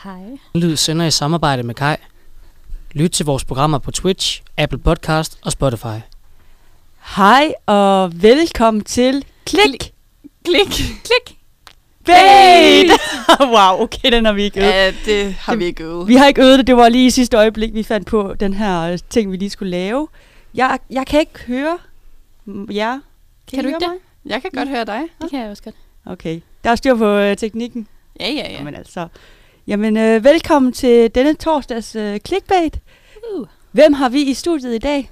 Hej. Lyd sender i samarbejde med Kai. Lyt til vores programmer på Twitch, Apple Podcast og Spotify. Hej og velkommen til Klik. Klik. Bait! Wow, okay, den har vi ikke øvet. Ja, det har vi ikke øvet. Vi har ikke øvet det, det var lige i sidste øjeblik, vi fandt på den her ting, vi lige skulle lave. Jeg kan ikke høre jer. Kan du ikke det? Jeg kan godt høre dig. Det kan jeg også godt. Okay, der er styr på teknikken. Ja. Jamen, velkommen til denne torsdags Clickbait. Hvem har vi i studiet i dag?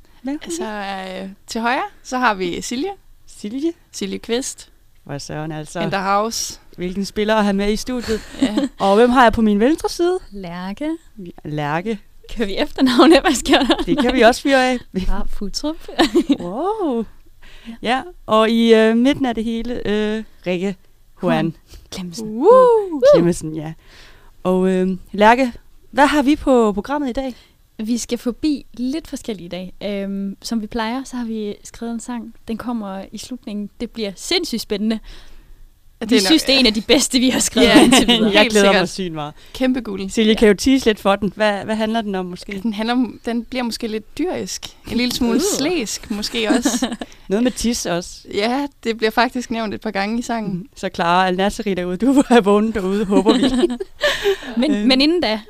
Til højre, så har vi Silje. Silje Kvist. Hvor søren altså. In the house. Hvilken spiller at have med i studiet. Ja. Og hvem har jeg på min venstre side? Lærke. Kan vi efternavne? Hvad sker der? Det kan vi også fyre af. Futrup. Wow. Ja, og i midten af det hele, Rikke Juan Clemmensen, ja. Og Lærke, hvad har vi på programmet i dag? Vi skal forbi lidt forskellige i dag. Som vi plejer, så har vi skrevet en sang. Den kommer i slutningen. Det bliver sindssygt spændende. Vi synes, det er en af de bedste, vi har skrevet indtil videre. Jeg glæder mig sygt meget. Kæmpe guld. Silje, kan jo tease lidt for den. Hvad handler den om måske? Den bliver måske lidt dyrisk. En lille smule slæsk måske også. Noget med tis også. Ja, det bliver faktisk nævnt et par gange i sangen. Så Clara Al-Nasseri derude, du vil have vågnet derude, håber vi. Men inden da,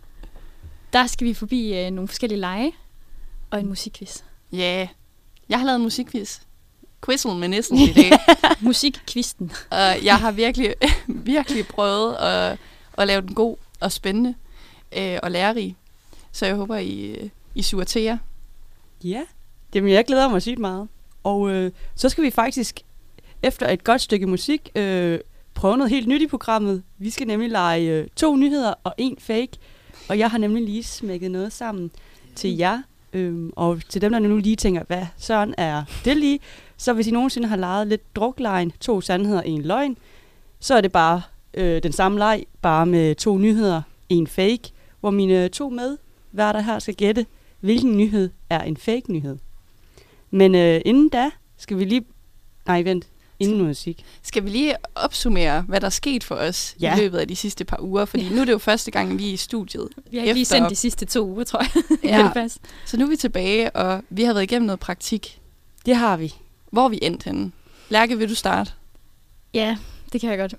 der skal vi forbi nogle forskellige lege og en musikquiz. Ja, jeg har lavet en musikquiz. Quizzen med næsten i dag. Musikkvisten. Og jeg har virkelig prøvet at lave den god og spændende og lærerig. Så jeg håber, I suger til jer. Ja, jamen jeg glæder mig sygt meget. Og så skal vi faktisk, efter et godt stykke musik, prøve noget helt nyt i programmet. Vi skal nemlig lege 2 nyheder og 1 fake. Og jeg har nemlig lige smækket noget sammen til jer. Og til dem, der nu lige tænker, hvad sådan er det lige? Så hvis I nogensinde har leget lidt druklejen, 2 sandheder, 1 løgn, så er det bare den samme leg, bare med 2 nyheder, 1 fake, hvor mine 2 medværter her skal gætte, hvilken nyhed er en fake nyhed. Men inden da skal vi lige... Nej, vent. Inden musik. Skal vi lige opsummere, hvad der er sket for os i løbet af de sidste par uger? Fordi nu er det jo første gang, vi er i studiet. Vi har lige sendt de sidste 2 uger, tror jeg. Ja. Så nu er vi tilbage, og vi har været igennem noget praktik. Det har vi. Hvor er vi endt henne? Lærke, vil du starte? Ja, det kan jeg godt.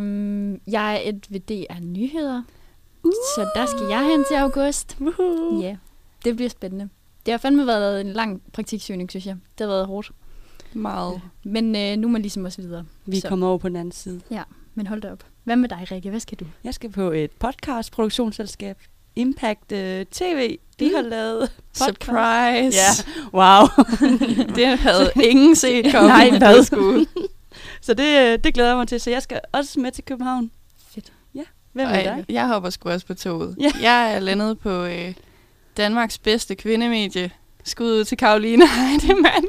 Jeg er et ved DR Nyheder, så der skal jeg hen til august. Ja, det bliver spændende. Det har fandme været en lang praktiksøgning, synes jeg. Det har været hårdt. Meget. Men nu er man ligesom også videre. Vi kommer over på den anden side. Ja, men hold da op. Hvad med dig, Rikke? Hvad skal du? Jeg skal på et podcast-produktionsselskab. Impact TV. De har lavet podcast. Surprise! Ja, wow. Det havde ingen set komme. Nej, hvad skulle. Så det glæder jeg mig til. Så jeg skal også med til København. Fedt. Ja, hvem er dig? Jeg hopper sgu også på toget. Ja. Jeg er landet på Danmarks bedste kvindemedie. Skud ud til Karoline Heidemann.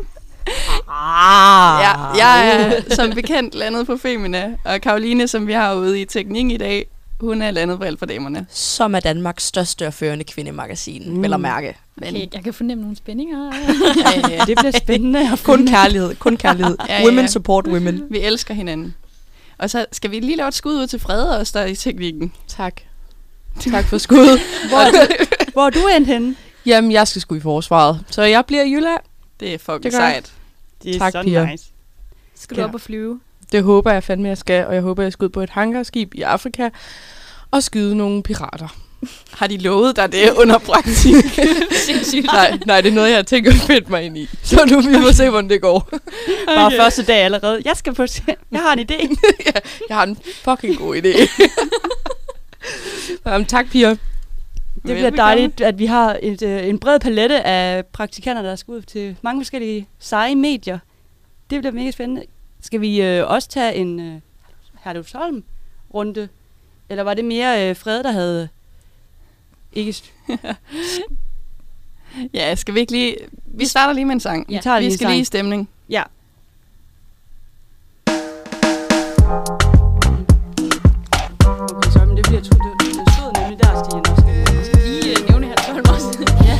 Ja, jeg er som bekendt landet på Femina, og Karoline, som vi har ude i teknik i dag, hun er landet på Alt for damerne. Som er Danmarks største og førende kvindemagasin, vel at mærke. Okay, jeg kan fornemme nogle spændinger. Ja, det bliver spændende. Kun kærlighed. Ja. Women support women. Vi elsker hinanden. Og så skal vi lige lave et skud ud til Frede også, der er i teknikken. Tak for skuddet. Hvor er du endt henne? Jamen, jeg skal sgu i forsvaret, så jeg bliver i Jylland. Det er fucking sejt. Det er tak, så piger. Nice. Skal du op og flyve? Det håber jeg fandme, jeg skal, og jeg håber, jeg skal ud på et hangarskib i Afrika og skyde nogle pirater. Har de lovet dig det under praktik? Sindssygt. Nej, det er noget, jeg har tænkt at fedt mig ind i. Så nu vi må se, hvordan det går. Bare første dag allerede. Jeg skal på... Jeg har en idé. Ja, jeg har en fucking god idé. Tak, piger. Det bliver dejligt, at vi har en bred palette af praktikanter, der skal ud til mange forskellige seje medier. Det bliver mega spændende. Skal vi også tage en Herlufsholm-runde? Eller var det mere Fred, der havde ikke... Ja, skal vi ikke lige... Vi starter lige med en sang. Ja. Vi skal lige i stemning. Ja. Okay, så men det bliver det stod nemlig der, Stine. Jeg skal lige nævne Herlufsholm også. Ja.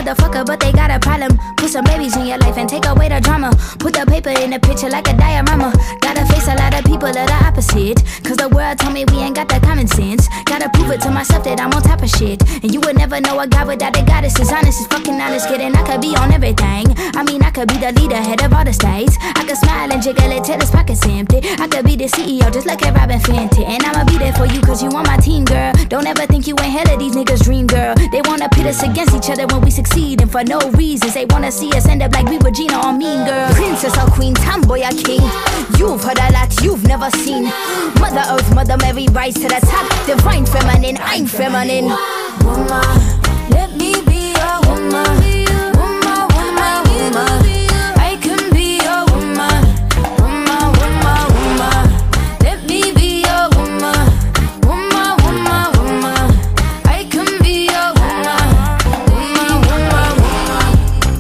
motherfucker, but they got a problem. Put some babies in your life and take away the drama. Put the paper in the picture like a diorama. Gotta face a lot of people that are opposite. Cause the world told me we ain't got that common sense. Gotta prove it to myself that I'm on top of shit. And you would never know a God without a goddess. Is honest, is fucking honest, kidding. I could be on everything. I mean, I could be the leader, head of all the states. I could smile and jiggle it till his pockets empty. I could be the CEO, just like a Robin Fenty. And I'ma be there for you cause you on my team, girl. Don't ever think you ain't hell of these niggas' dream, girl. They wanna pit us against each other when we succeed. And for no reasons, they wanna see us end up like we were Gina or Mean Girl. Princess or queen, tomboy or king. You've heard a lot you've never seen. Mother Earth, Mother Mary, rise to the top. Divine feminine, I'm feminine. Woman, let me be a woman. Woman, woman, woman. I can be a woman. Woman, woman, woman. Let me be a woman. Woman, woman, woman. I can be a woman. Woman, woman, woman.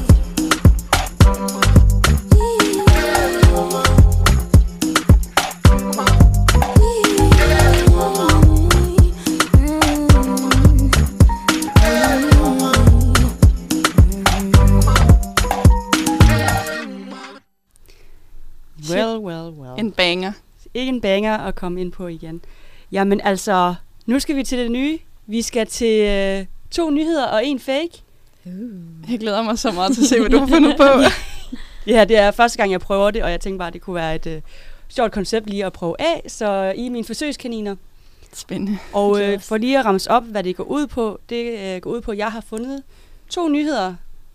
Well. En banger. Ikke en banger at komme ind på igen. Jamen altså, nu skal vi til det nye. Vi skal til 2 nyheder og 1 fake. Jeg glæder mig så meget til at se, hvad du har fundet på. Ja, det er første gang, jeg prøver det, og jeg tænkte bare, at det kunne være et sjovt koncept lige at prøve af. Så I er mine forsøgskaniner. Spændende. Og for lige at ramse op, hvad det går ud på, det går ud på, at jeg har fundet 2 nyheder,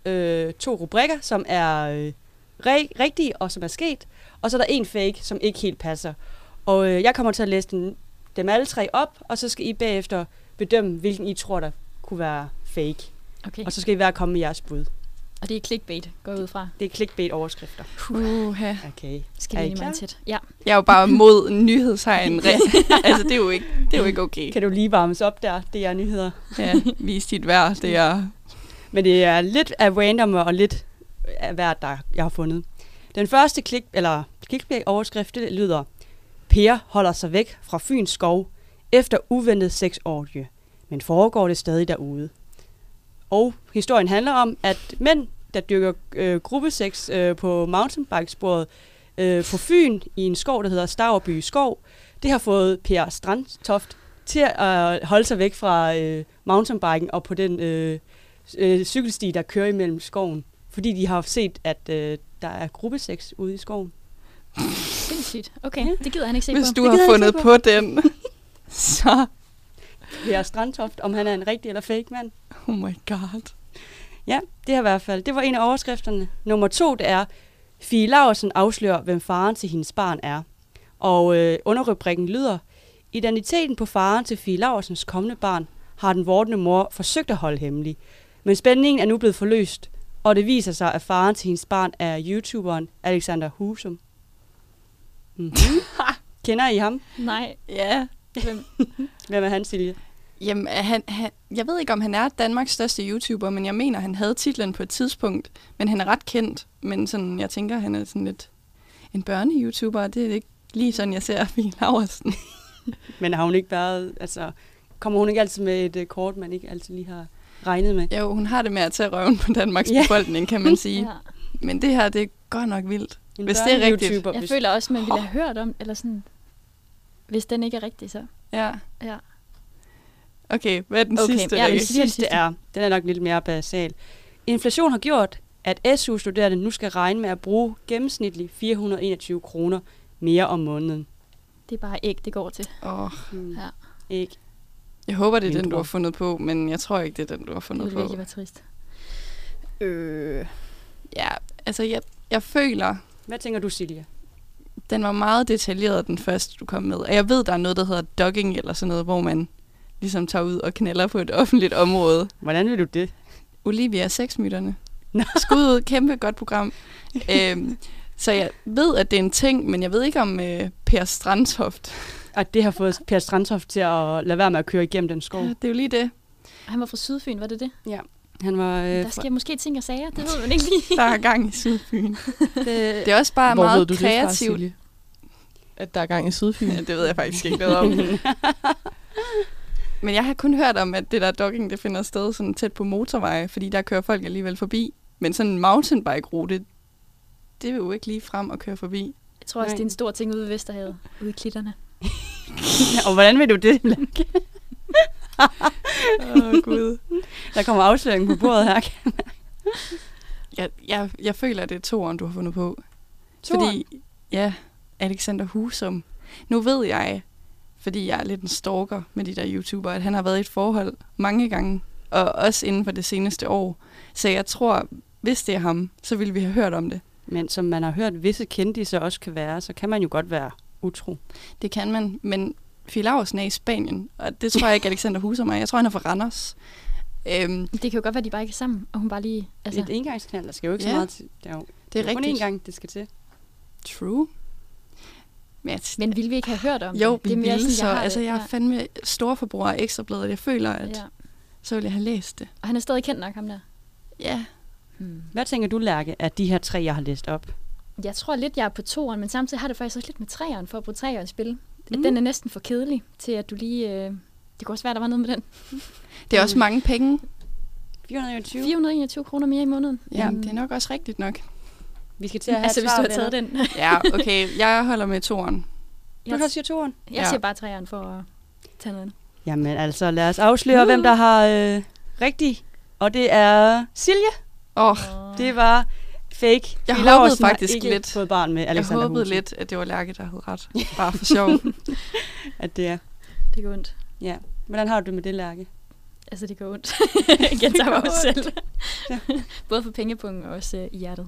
2 rubrikker, som er rigtige og som er sket. Og så er der 1 fake, som ikke helt passer. Og jeg kommer til at læse dem alle 3 op, og så skal I bagefter bedømme, hvilken I tror, der kunne være fake. Okay. Og så skal I være komme med jeres bud. Og det er clickbait, går jeg ud fra. Det er clickbait-overskrifter. Okay. Skal Er vi I lige klar? meget tæt? Ja. Jeg er jo bare mod nyhedshegn. Altså, det er jo ikke okay. Kan du lige varmes op der? Det er nyheder. Ja, vis dit værd. Det er... Men det er lidt af random og lidt af hvert, der jeg har fundet. Den første clickbait-overskrift, det lyder: Per holder sig væk fra Fyns skov efter uventet sexorgie, men foregår det stadig derude. Og historien handler om, at mænd, der dyrker gruppesex på mountainbikesporet på Fyn i en skov, der hedder Staverby Skov, det har fået Per Strandtoft til at holde sig væk fra mountainbiken og på den cykelsti, der kører imellem skoven. Fordi de har set, at der er gruppesex ude i skoven. Sindssygt. Okay, det gider han ikke se Hvis på. du har fundet på den, så... Per Strandtoft, om han er en rigtig eller fake mand. Oh my god. Ja, det har i hvert fald. Det var en af overskrifterne. Nummer 2, det er: Fie Laursen afslører, hvem faren til hendes barn er. Og underrubrikken lyder: Identiteten på faren til Fie Laursens kommende barn har den vordende mor forsøgt at holde hemmelig. Men spændingen er nu blevet forløst, og det viser sig, at faren til hendes barn er YouTuberen Alexander Husum. Mm-hmm. Kender I ham? Nej. Ja. Hvem er han, Silje? Jamen, jeg ved ikke, om han er Danmarks største YouTuber, men jeg mener, han havde titlen på et tidspunkt. Men han er ret kendt. Men sådan, jeg tænker, han er sådan lidt en børne-YouTuber. Det er ikke lige sådan, jeg ser Fie Laursen. Men har hun ikke været... Altså, kommer hun ikke altid med et kort, man ikke altid lige har regnet med? Jo, hun har det med at tage røven på Danmarks befolkning, kan man sige. Ja. Men det her, det er godt nok vildt. En hvis det er rigtigt. Jeg føler også, man ville have hørt om, eller sådan... Hvis den ikke er rigtig, så... Ja. Ja. Okay, hvad er den sidste? Ja, den sidste er, den er nok lidt mere basal. Inflation har gjort, at SU-studerende nu skal regne med at bruge gennemsnitligt 421 kroner mere om måneden. Det er bare æg, det går til. Ja. Æg. Jeg håber, det er den, du har fundet på, men jeg tror ikke, det er den, du har fundet på. Det ville virkelig være trist. Ja, altså jeg føler... Hvad tænker du, Silje? Den var meget detaljeret, den første, du kom med. Og jeg ved, der er noget, der hedder dogging, eller sådan noget, hvor man ligesom tager ud og knalder på et offentligt område. Hvordan vil du det? Olivia, sexmyterne. Skud ud, kæmpe godt program. Så jeg ved, at det er en ting, men jeg ved ikke om Per Strandtoft. At det har fået Per Strandtoft til at lade være med at køre igennem den skov. Ja, det er jo lige det. Han var fra Sydfyn, var det det? Ja. Han var, der sker måske ting og sager, det ved man ikke lige. Der er gang i Sydfyn. Det er også bare hvor meget ved du kreativt. Det fra, at der er gang i Sydfyn? Ja, det ved jeg faktisk ikke noget om. Men jeg har kun hørt om, at det der dogging, det finder sted sådan tæt på motorveje, fordi der kører folk alligevel forbi. Men sådan en mountainbike-rute, det vil jo ikke lige frem at køre forbi. Jeg tror også, det er en stor ting ude ved Vesterhavet, ude i klitterne. Og hvordan vil du det, Blanke? Gud. Der kommer afsløring på bordet her. Jeg føler, at det er toeren, du har fundet på. Toeren? Fordi, ja, Alexander Husum. Nu ved jeg, fordi jeg er lidt en stalker med de der YouTuber, at han har været i et forhold mange gange, og også inden for det seneste år. Så jeg tror, hvis det er ham, så ville vi have hørt om det. Men som man har hørt, visse kendte også kan være, så kan man jo godt være utro. Det kan man, men Fie Laursen er i Spanien, og det tror jeg ikke, Alexander Husum er. Jeg tror, han er fra Randers. Det kan jo godt være, de bare ikke er sammen, og hun bare lige... Altså. Et engangsknald, der skal jo ikke så meget til. Det er rigtigt. Kun én gang, det skal til. True. Men ville vi ikke have hørt om jo, det? Jo, vi ville så. Altså, jeg er fandme storforbruger af Ekstrabladet. Jeg føler, at så ville jeg have læst det. Og han er stadig kendt nok, ham der? Ja. Hvad tænker du, Lærke, af de her 3, jeg har læst op? Jeg tror lidt, jeg er på 2'eren, men samtidig har det faktisk også lidt med 3'eren for at bruge 3'eren spil. Den er næsten for kedelig til, at du lige... det kunne også være, der var noget med den. Det er også mange penge. 421 kroner mere i måneden. Ja, det er nok også rigtigt nok. Vi skal til at have altså, hvis du har taget den. Ja, okay. Jeg holder med 2'eren. Du siger 2'eren? Jeg siger bare 3'eren for at tage noget. Jamen altså, lad os afsløre, hvem der har rigtig. Og det er Silje. Det var fake. Jeg håbede faktisk ikke lidt. Fået barn med Alexander Jeg håbede Husum. lidt, at det var Lærke, der havde ret. Bare for sjov. At det er. Det går ondt. Ja. Hvordan har du det med det, Lærke? Altså, det går ondt. Jeg tager mig også selv. Både for pengepungen og også i hjertet.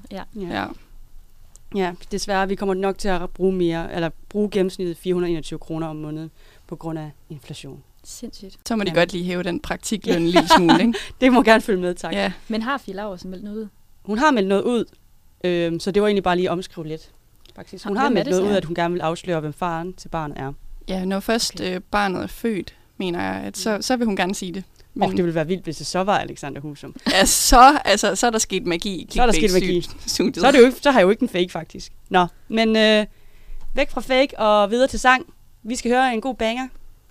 Ja, desværre. Vi kommer nok til at bruge gennemsnittet 421 kroner om måneden på grund af inflation. Sindssygt. Så må de godt lige hæve den praktikløn en lille smule, ikke? Det må gerne følge med, tak. Ja. Men har Fie Laursen meldt noget ud? Hun har meldt noget ud, så det var egentlig bare lige at omskrive lidt. Faktisk. Hun har meldt noget ud, at hun gerne vil afsløre, hvem faren til barnet er. Ja, når først barnet er født, mener jeg, at så vil hun gerne sige det. Men det ville være vildt, hvis det så var Alexander Husum. Ja, så er der sket magi. Så er der sket magi. Så har jeg jo ikke en fake, faktisk. Nå, men væk fra fake og videre til sang. Vi skal høre en god banger.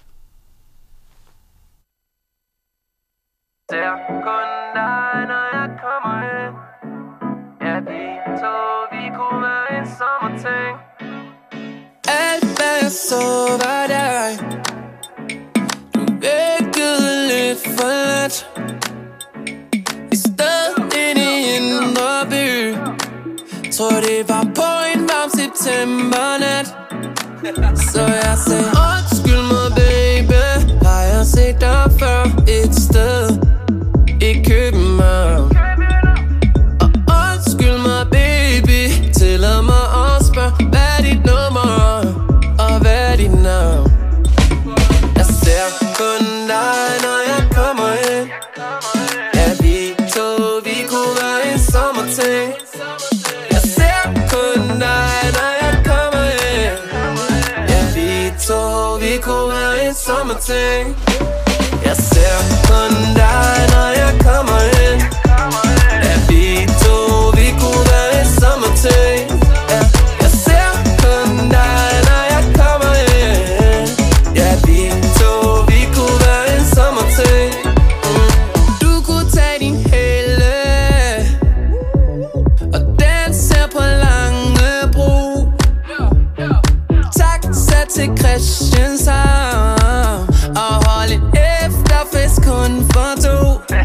Det er kun dig, når jeg kommer ind. Ja, vi kunne være en sommerting. Alt hvad jeg så var dig. Du vækkede lidt for let. I stedet inde i indre by. Tror det var på en varm septembernat. Så jeg sagde undskyld mig baby. Har jeg set dig før et sted i København? Og undskyld mig baby. Tillad mig at spørge, hvad er dit nummer? Og hvad er dit navn? Jeg ser kun dig, når jeg kommer ind. Ja, vi kunne være en sommerting. Jeg ser kun dig, når jeg kommer ind. Ja, vi kunne være en sommerting. Jeg ser kun dig, når jeg kommer ind. Ja, vi kunne være en sommerting. Ja, jeg ser kun dig, når jeg kommer ind. Ja, vi kunne være en sommerting. Du kunne tage din hele og danse på Langebro. Taxa til Christianshavn og holde en efterfest kun for to.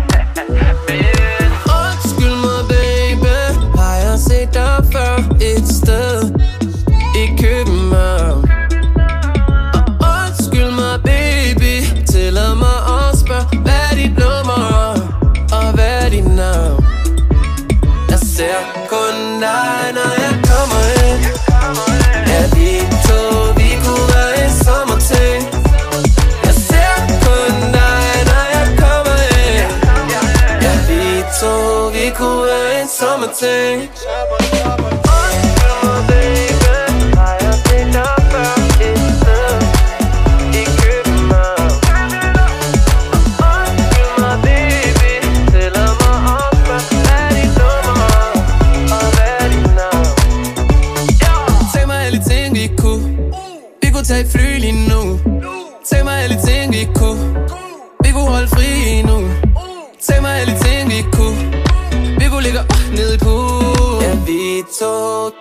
Undskyld mig baby. Har jeg set dig før et sted i København? Og undskyld mig baby. Tillad mig at spørge, hvad er dit nummer? Og hvad er dit navn? Jeg ser kun dig, når jeg kommer ind. Ja, vi kunne være en sommerting. Jeg ser kun dig, når jeg kommer ind. Ja, vi kunne være en sommerting. Undskyld mig baby. Har jeg set dig før et sted i København? Undskyld mig baby. Tillad mig at spørge, hvad er dit nummer? Og hvad er dit navn? Tag mig alle ting vi kunne. Vi kunne tage et fly lige nu. Tag mig alle ting vi kunne. ting vi kunne ligge ned i pool. Ja, vi to.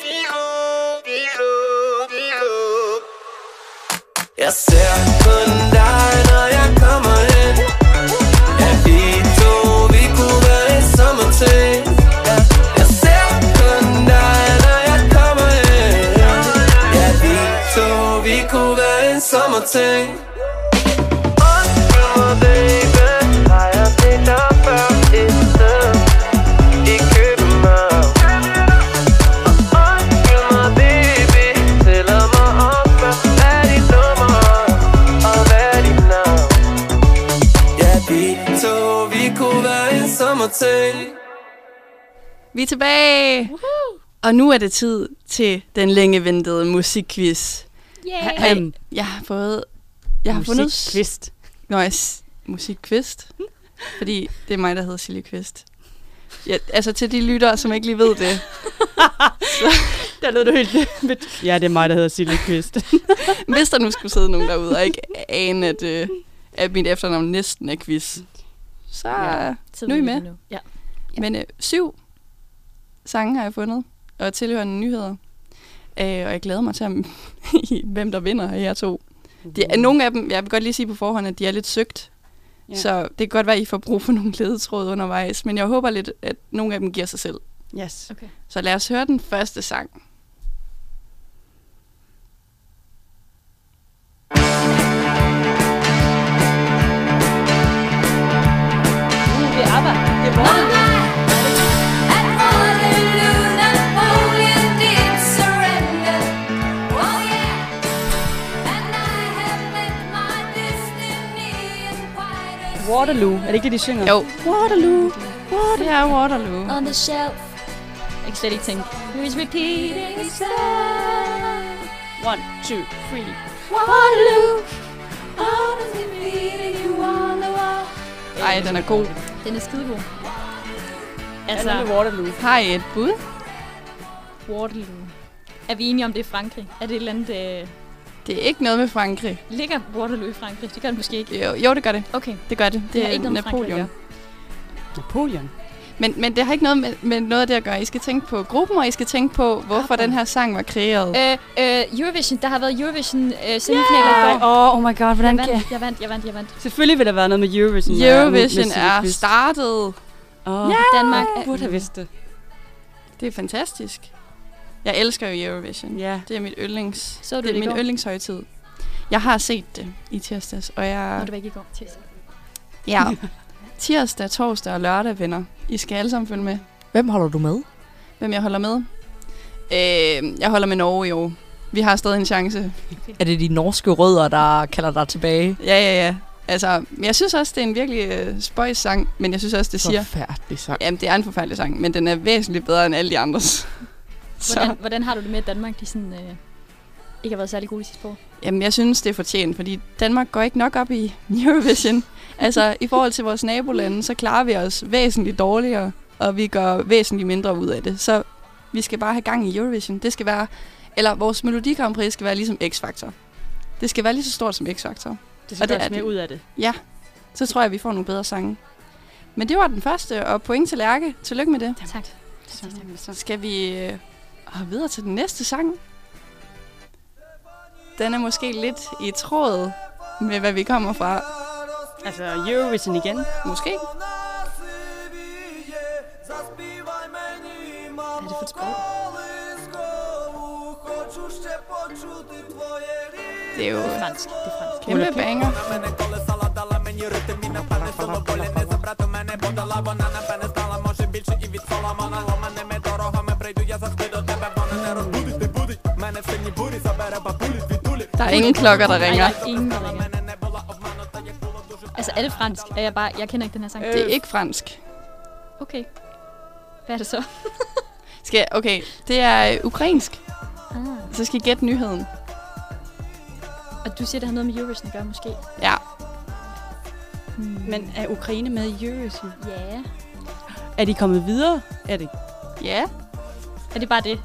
Jeg ser kun dig, når jeg kommer ind. Ja, vi to, vi kunne være en sommerting. Jeg ser kun dig, når jeg kommer ind. Ja, vi to, vi kunne være en sommerting. Undskyld mig, baby, har jeg set dig før et sted i København? Undskyld mig, baby, tæller mig op, hvad er dit nummer og hvad er dit navn? Ja, vi to, vi kunne være en sommerting. Vi er tilbage! Og nu er det tid til den længe ventede musikquiz. Yeah. Jeg har fundet... Musikquist. Musikquiz. Fordi det er mig, der hedder Silje Kvist. Ja, altså til de lyttere, som ikke lige ved det. Der lød du helt... Ja, det er mig, der hedder Silje Kvist. Hvis der nu skulle sidde nogen derude og ikke ane, at mit efternavn næsten er quiz, så nu er I med. Ja. Men 7 sange har jeg fundet, og tilhørende nyheder. Og jeg glæder mig til, hvem der vinder af jer to. Nogle af dem, jeg vil godt lige sige på forhånd, at de er lidt søgt. Ja. Så det kan godt være, at I får brug for nogle ledetråd undervejs. Men jeg håber lidt, at nogle af dem giver sig selv. Yes. Okay. Så lad os høre den første sang. Det er ABBA. Det er Borgen. Waterloo. Er det ikke det, de synger? Jo. Waterloo. Det er Waterloo. On the shelf. Jeg kan slet ikke tænke. Who's repeating itself? 1, 2, 3. Waterloo. On the repeating you on the wall. Ej, den er god. Den er skidegod. Altså, Waterloo. Har I et bud? Waterloo. Er vi enige om, det er Frankrig? Er det et eller andet... Det er ikke noget med Frankrig. Ligger Waterloo i Frankrig? Det gør det måske ikke. Jo, det gør det. Okay. Det gør det. Det har er ikke noget med Frankrig Napoleon. Napoleon. Men det har ikke noget med noget af det at gøre. I skal tænke på gruppen, og I skal tænke på, hvorfor den her sang var kreeret. Eurovision. Der har været Eurovision semifinaler i går. Oh my god, hvordan kan Jeg vandt. Selvfølgelig vil der være noget med Eurovision. Eurovision er startet. Danmark burde have vidst det. Det er fantastisk. Jeg elsker jo Eurovision. Ja. Det er mit yndlings. Så du det er det min går? yndlingshøjtid. Jeg har set det i tirsdags, og jeg... Når du var ikke i går tirsdag. Ja. Tirsdag, torsdag og lørdag, venner. I skal alle sammen følge med. Hvem holder du med? Hvem jeg holder med? Jeg holder med Norge i år. Vi har stadig en chance. Er det de norske rødder, der kalder dig tilbage? Ja. Altså, jeg synes også, det er en virkelig spøjs sang, men jeg synes også, det siger... Forfærdelig sang. Jamen, det er en forfærdelig sang, men den er væsentligt bedre end alle de andres. Hvordan har du det med, at Danmark de sådan, ikke har været særlig gode i sidste år? Jamen, jeg synes, det er fortjent, fordi Danmark går ikke nok op i Eurovision. Altså, i forhold til vores nabolande, så klarer vi os væsentligt dårligere, og vi gør væsentligt mindre ud af det. Så vi skal bare have gang i Eurovision. Det skal være... Eller vores Melodi Grand Prix skal være ligesom X-Factor. Det skal være lige så stort som X-Factor. Det skal gøres mere ud af det. Ja, så tror jeg, vi får nogle bedre sange. Men det var den første, og point til Lærke. Tillykke med det. Tak. Så skal vi videre til den næste sang. Den er måske lidt i tråd med, hvad vi kommer fra. Altså Eurovision igen. Måske. Hvad er det for et sprog? Det er jo fransk. Kæmpe banger. Der er ingen klokker, der ringer. Nej, der er ingen, der ringer. Altså, er det fransk? Jeg kender ikke den her sang. Det er ikke fransk. Okay. Hvad er det så? Okay, det er ukrainsk. Ah. Så skal I gætte nyheden. Og du siger, det har noget med Eurovision at gøre, måske? Ja. Men er Ukraine med i Eurovision? Ja. Er de kommet videre? Er det? Ja. Er det bare det?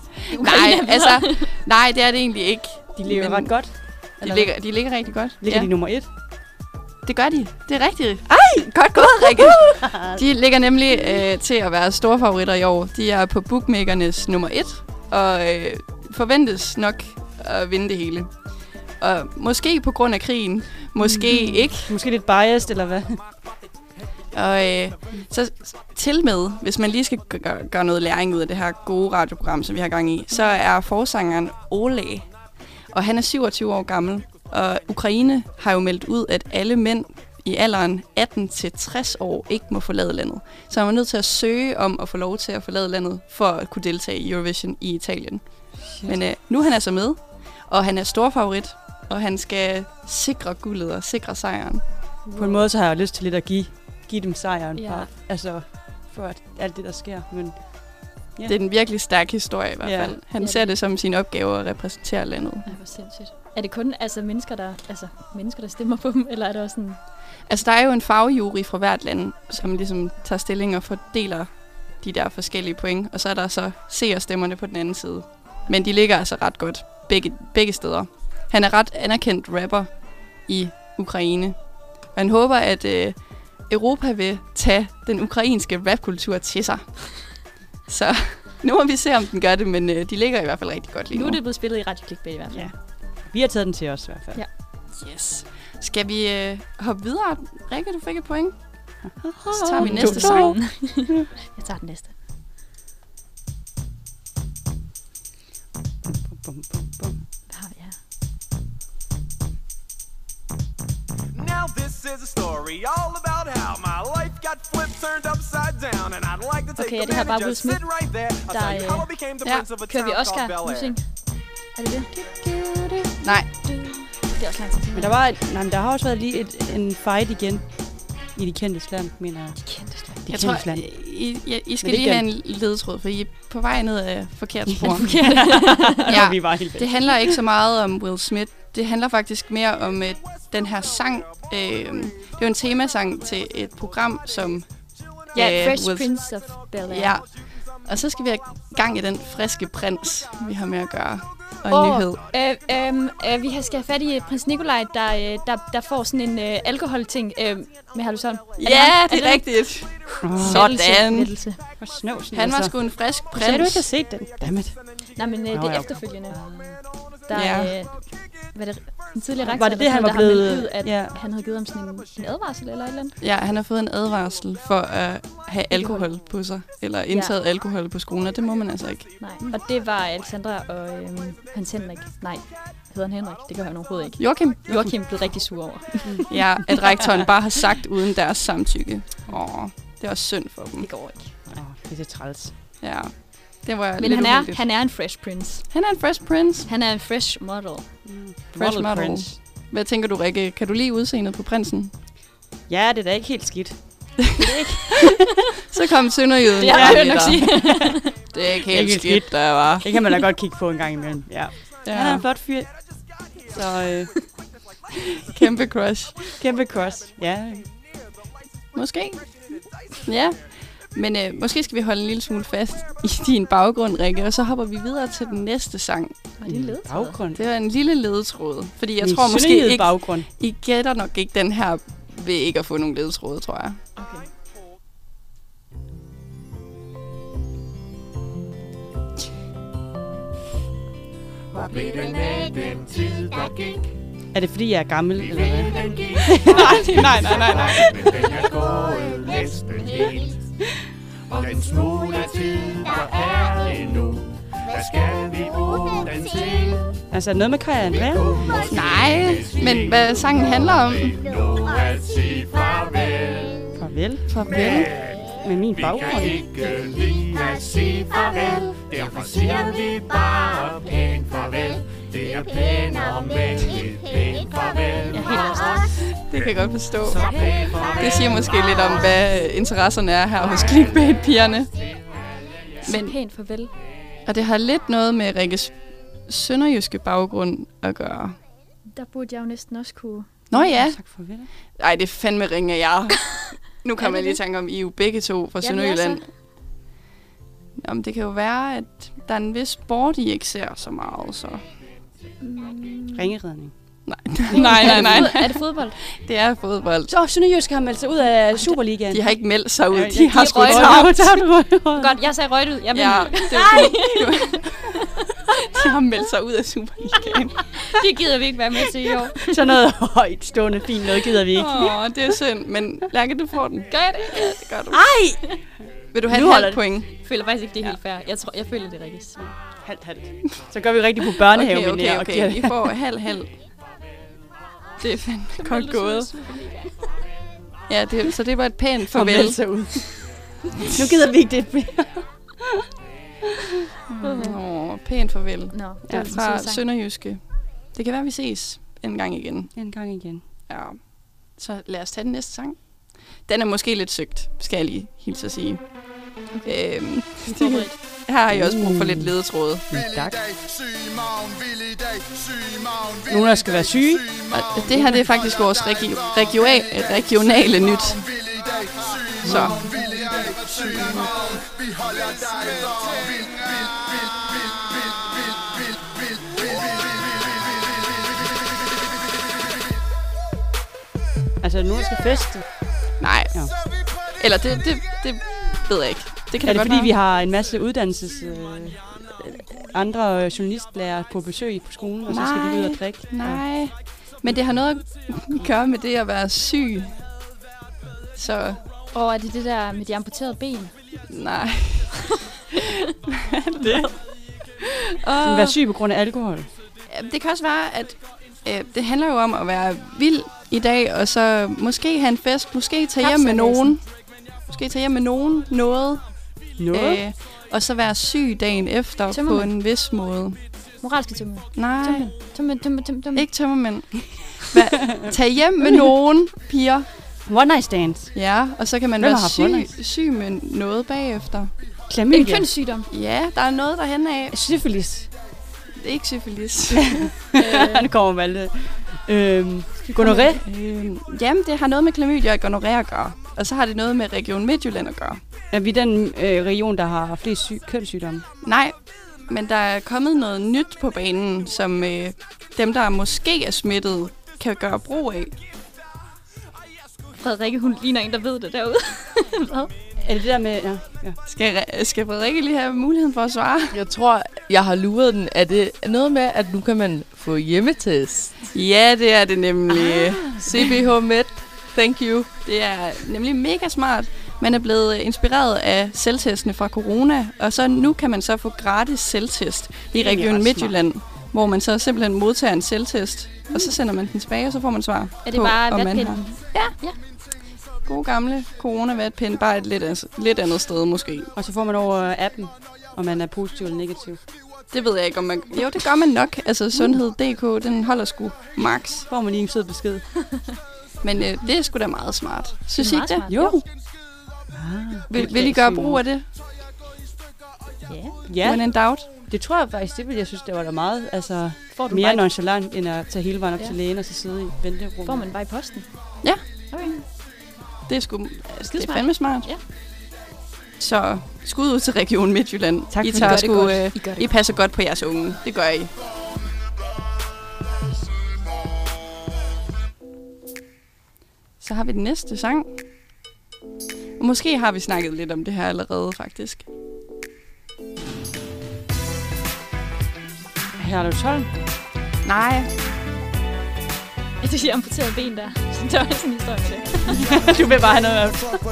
Nej, det er det egentlig ikke. De ligger ret godt. De ligger rigtig godt. Ligger de nummer 1? Det gør de. Det er rigtigt. Ej! Godt gået, Rikke. De ligger nemlig til at være store favoritter i år. De er på bookmakernes nummer 1, og forventes nok at vinde det hele. Og måske på grund af krigen, måske ikke. Måske lidt biased, eller hvad? Og så til med, hvis man lige skal gøre noget læring ud af det her gode radioprogram, som vi har gang i, så er forsangeren Ole, og han er 27 år gammel. Og Ukraine har jo meldt ud, at alle mænd i alderen 18-60 år ikke må forlade landet. Så man er nødt til at søge om at få lov til at forlade landet, for at kunne deltage i Eurovision i Italien. Shit. Men nu er han altså med, og han er stor favorit, og han skal sikre guldet og sikre sejren. På en måde så har jeg lyst til lidt at give dem sejren, Ja. for at alt det, der sker. Men, ja. Det er en virkelig stærk historie i hvert fald. Han ser det som sin opgave at repræsentere landet. Ej, hvor sindssygt. Er det kun mennesker, der stemmer på dem, eller er det også sådan... Altså, der er jo en fagjury fra hvert land, som ligesom tager stilling og fordeler de der forskellige point, og så er der så seerstemmerne på den anden side. Men de ligger altså ret godt begge steder. Han er ret anerkendt rapper i Ukraine, og han håber, at Europa vil tage den ukrainske rapkultur til sig. Så nu må vi se, om den gør det, men de ligger i hvert fald rigtig godt lige nu. Nu er det blevet spillet i Radio Clickbait i hvert fald. Ja. Vi har taget den til os i hvert fald. Ja. Yes. Skal vi hoppe videre? Rikke, du fik et point. Så tager vi næste sang. Jeg tager den næste. Hvad har vi her? Now this is a story all about how my life got flipped, turned upside down, and I'd like to take Okay, a er det her minute, bare Will just Smith, sit right there. I'll der tell you how I became the prince of a kører vi town Oscar called Bel Air. musik? Er det det? Nej. Det er også lang tid. Men der har også været lige en fight igen i de kendte land, mener jeg. De kendte slag. Jeg tror, I skal lige have en ledetråd, for I er på vej ned af forkert spor. Ja, vi var helt det handler ikke så meget om Will Smith. Det handler faktisk mere om den her sang. Det er jo en temasang til et program, som... Ja, Fresh Prince of Bel Air. Ja, og så skal vi have gang i den friske prins, vi har med at gøre. Og en nyhed. Vi skal have fat i prins Nikolaj, der får sådan en alkoholting med Harluzon. Ja, det er rigtigt. Sådan. Lettelse. Han var sgu en frisk prins. Sagde du ikke har set den? Dammit. Nej, men det er efterfølgende. Der var det en tidligere rektor, var det han var blevet ud, at han havde givet ham sådan en advarsel eller et eller andet? Ja, han har fået en advarsel for at have alkohol på sig, eller indtaget alkohol på skolen, og det må man altså ikke. Nej, og det var Alexandra og Hans Henrik. Nej, hedder han Henrik? Det gør han overhovedet ikke. Joachim blev rigtig sur over. Ja, at rektoren bare har sagt uden deres samtykke. Det er også synd for dem. Det går ikke. Det er træls. Ja, det var men lidt han er en fresh prince. Han er en fresh prince. Han er en fresh model. Fresh model. Prince. Hvad tænker du, Rikke? Kan du lide udseendet på prinsen? Ja, det er da ikke helt skidt. Det er ikke. Så kom Sønderjyden. Det er jeg nok sige. Det er ikke helt skidt, der var. Det kan man da godt kigge på en gang imellem. Ja. Han er en flot fyr. Så kæmpe crush. Kæmpe crush, ja. Måske. Ja. Men måske skal vi holde en lille smule fast i din baggrund, Rikke, og så hopper vi videre til den næste sang. Var det en ledetråd? Det var en lille ledetråd, fordi jeg tror måske ikke, baggrund. I gætter nok ikke den her ved ikke at få nogen ledetråd, tror jeg. Okay. Hvor blev den af den tid, der gik? Er det fordi, jeg er gammel, eller hvad? Nej. Men den er gået næsten helt. Og den smule tid, der er endnu. Hvad skal vi bruge den til? Altså, noget med Kaja Andrea? Nej, men hvad sangen handler om? Nu at sige farvel. Farvel. Med min baggrund. Vi kan ikke lide at sige farvel. Derfor siger vi bare pænt farvel. Det er pænere, men et pænt farvel. Det kan jeg godt forstå. Det siger måske lidt om, hvad interesserne er her hos Clickbait-pigerne. Men pænt farvel. Og det har lidt noget med Rikkes sønderjyske baggrund at gøre. Der burde jeg jo næsten også kunne... Nå ja. Tak farvel. Ej, det er fandme ringe jeg. Nu kan man lige tænke om, I er jo begge to fra Sønderjylland. Jamen, det kan jo være, at der er en vis sport, I ikke ser så meget, så... Ringeredning. Nej. Er det fodbold? Det er fodbold. Så Sønderjysk har meldt sig ud af Superligaen. De har ikke meldt sig ud. Ja, De har sgu røget tabt. Godt, jeg sagde røget ud. Jeg Ja, det var de har meldt sig ud af Superligaen. Det gider vi ikke være med til i år. Så noget højt stående fint noget gider vi ikke. Det er synd. Men Lærke, du får den. Gør jeg det? Ja, det gør du. Ej! Vil du have Nu et holder halvt point? Jeg føler faktisk ikke, det er helt fair. Jeg føler, det er rigtig svært. Halvt. Så gør vi rigtig på børnehave. Okay. I får halv. Det er fandme godt gået. Ja, så det var et pænt farvel. Sig ud. Nu gider vi ikke det mere. Pænt farvel. Nå, det Ja, var fra sang. Sønderjyske. Det kan være, vi ses en gang igen. Ja. Så lad os tage den næste sang. Den er måske lidt søgt, skal jeg lige hilse at sige. Okay. Her har I også brug for lidt ledetråde. Tak. Nogen, der skal være syge. Og det her, det er faktisk vores regionale nyt. Så. Altså, nogen, der skal feste. Nej. Ja. Eller det ved jeg ikke. Det kan Er det godt fordi, være. vi har en masse andre journalistlærer på besøg på skolen, og så skal de ud og drikke? Nej, men det har noget at gøre med det at være syg. Så Og er det det der med de amputerede ben? nej. Det. Og Være syg på grund af alkohol. det kan også være, at det handler jo om at være vild i dag, og så måske have en fest, måske tage hjem med nogen. Måske tage hjem med nogen, noget. Og så være syg dagen efter Tømmermænd. på en vis måde. Moralske tømmermænd. Nej, Tømmermænd. ikke tømmermænd. Tag hjem med nogen, piger. One night stands. Ja, og så kan man Hvem være har haft one night? syg med noget bagefter. En Klamydia. kønssygdom. Ja, der er noget derhen af. Syfilis. Det er ikke syfilis. Han kommer med alt det. Gonorrhea. Jamen, det har noget med klamydia og gonorrhea at gøre. Og så har det noget med Region Midtjylland at gøre. Er vi den region, der har flest kønssygdomme? Nej, men der er kommet noget nyt på banen, som dem, der måske er smittet, kan gøre brug af. Frederikke, hun ligner en, der ved det derude. Hvad? Er det der med... Ja. Skal Frederikke lige have muligheden for at svare? Jeg tror, jeg har luret den. Er det noget med, at nu kan man få hjemmetest? Ja, det er det nemlig. CBH Med. Thank you. Det er nemlig mega smart. Man er blevet inspireret af selvtestene fra corona, og så nu kan man så få gratis selvtest i Region Midtjylland, hvor man så simpelthen modtager en selvtest, og så sender man den tilbage, og så får man svar Er det på, bare om man vatpinden? har. Ja. God gamle corona-vatpind, bare et lidt andet sted måske. Og så får man over appen, om man er positiv eller negativ. Det ved jeg ikke, om man... Jo, det gør man nok. Altså, sundhed.dk, den holder sgu max. Får man lige en sød besked. Men det er sgu da meget smart. Synes I meget ikke det? smart. Jo. Vil I gøre brug af det? Ja, When in doubt? det tror jeg faktisk, det ville jeg synes, det var da meget Får du mere bare, nonchalant, end at tage hele vejen op til lægen og så sidde i venterummet. får man bare i posten? Ja. Okay. Det er sgu... Altså, det er Skidesmart. fandme smart. Ja. Så skud ud til Region Midtjylland. Tak, I fordi tager I gør det sgu... godt. I gør det I passer godt på jeres unge. Det gør I. Så har vi den næste sang. Og måske har vi snakket lidt om det her allerede, faktisk. Herlevs Holm. Nej, Det siger amputerede ben der. Det var sådan en historie med det. Du vil bare have noget af.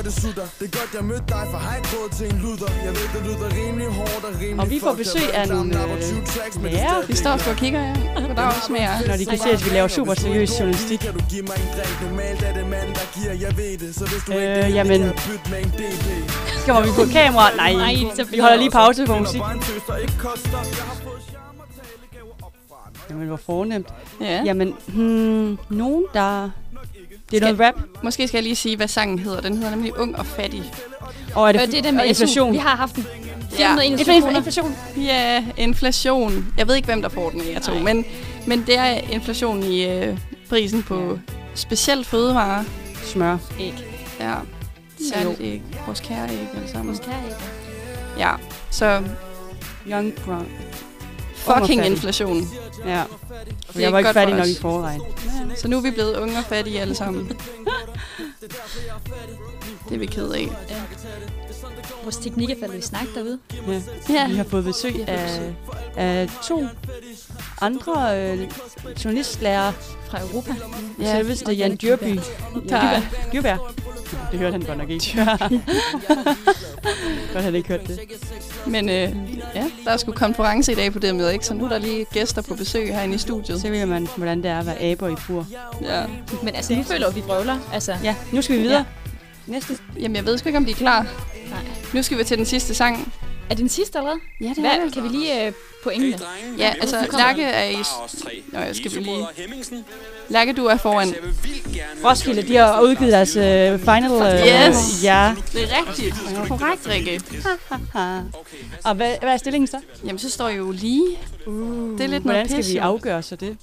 Og vi får besøg af nogle lærer. vi står og kigger, ja. Goddag også med jer. Når de kan se, at vi laver super seriøs journalistik. Jamen, kommer vi på kamera? Nej, Nej, så vi holder lige pause på musik. Jamen, hvor fornemt. Ja. Jamen, nogen der... Det er noget rap. Måske skal jeg lige sige, hvad sangen hedder. Den hedder nemlig Ung og Fattig. Og er det, Det er det med inflation? SU. Vi har haft den. Ja. 421 kroner. Inflation. Ja, inflation. Jeg ved ikke, hvem der får den af jer to, men det er inflation i prisen på specielt fødevarer. Smør. Æg. Ja, særligt æg. Vores kære æg alle sammen. Vores kære æg. Ja, så Young Brown. Fucking inflation. Ja. Det Jeg var ikke godt fattig for nok os. i forvejen. Så nu er vi blevet unge og fattige alle sammen. Det er vi ked af. Vores teknik er faldet i snak derude. Ja. Vi har fået besøg af 2 andre journalistlærere Fra Europa. Ja, selveste Jan Dyrby. Dyrbær. Det hørte han godt nok ikke. Godt han ikke hørt det. Men ja, der er sgu konference i dag på det, ikke? Så nu er der lige gæster på besøg herinde i studiet. Så ved man, hvordan det er at være aber i bur. Ja. Men altså, nu føler vi brøvler. Altså, Ja, nu skal vi videre. Næste. Jamen, jeg ved sgu ikke, om de er klar. Nej. Nu skal vi til den sidste sang. Er det den sidste allerede? Ja, det Hvad? er det. Kan vi lige pointene? Ja, altså, Lærke er i... Nå, jeg skal vi lige... Lærke, du er foran. Roskilde, de har udgivet deres final. Yes. Ja. Det er rigtigt. Korrekt, Rikke. Og hvad er stillingen så? Jamen, så står jo lige. Det er lidt Hvordan noget skal pis, vi jo. afgøre så det?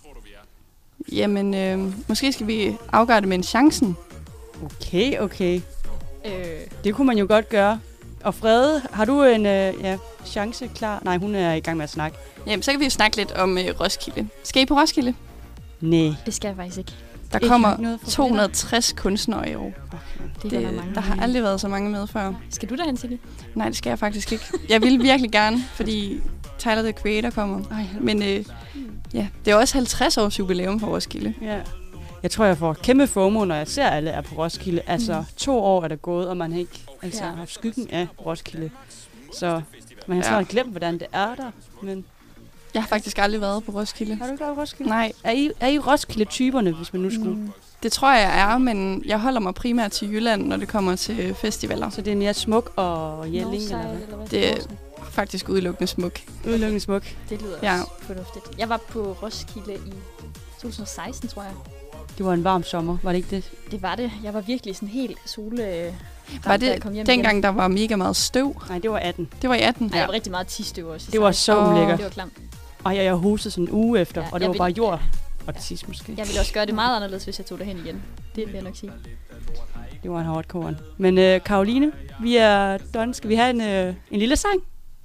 Jamen, måske skal vi afgøre det med en chancen. Okay. Det kunne man jo godt gøre. Og Frede, har du en chance klar? Nej, hun er i gang med at snakke. Jamen, så kan vi jo snakke lidt om Roskilde. Skal I på Roskilde? Nej. Det skal jeg faktisk ikke. Der kommer 260 kunstnere i år. Det er mange. Der har aldrig været så mange med før. Skal du derhen, Silje? Nej, det skal jeg faktisk ikke. Jeg vil virkelig gerne, fordi Tyler, the Creator kommer. Men ja, det er også 50 års jubilæum for Roskilde. Ja. Jeg tror, jeg får kæmpe FOMO, når jeg ser alle er på Roskilde. Altså, 2 år er der gået, og man har ikke haft skyggen af Roskilde. Så man har snart glemt, hvordan det er der. Men Jeg har faktisk aldrig været på Roskilde. har du ikke været på Roskilde? Nej, Er I Roskilde-typerne, hvis man nu skulle? det tror jeg er, men jeg holder mig primært til Jylland, når det kommer til festivaler. Så det er mere smuk og Jelling, eller hvad? Det er faktisk udelukkende smuk. Udelukkende smuk. Det lyder Ja. også fornuftigt. Jeg var på Roskilde i 2016, tror jeg. Det var en varm sommer, var det ikke det? Det var det. Jeg var virkelig sådan helt Var da jeg det kom hjem dengang, der var mega meget støv? Nej, det var 18. Det var i 18. Nej, jeg var rigtig meget tistøv også. Det var så ulækkert. Det var klamt. Og jeg hostede sådan en uge efter, Ja, og det jeg var vil- bare jord. Og det sidste måske. Jeg ville også gøre det meget anderledes, hvis jeg tog derhen igen. Det vil jeg nok sige. Det var en hardcore. Men Karoline, vi er done. Skal vi have en lille sang?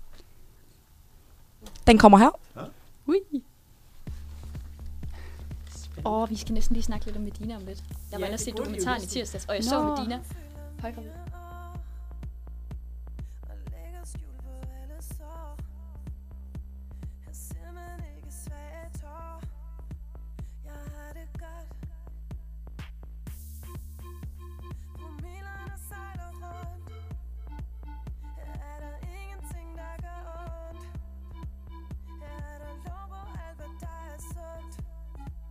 Den kommer her. Vi skal næsten lige snakke lidt om Medina om lidt. Jeg var inde og se dokumentaren i tirsdags, og jeg så Medina. Højgravid.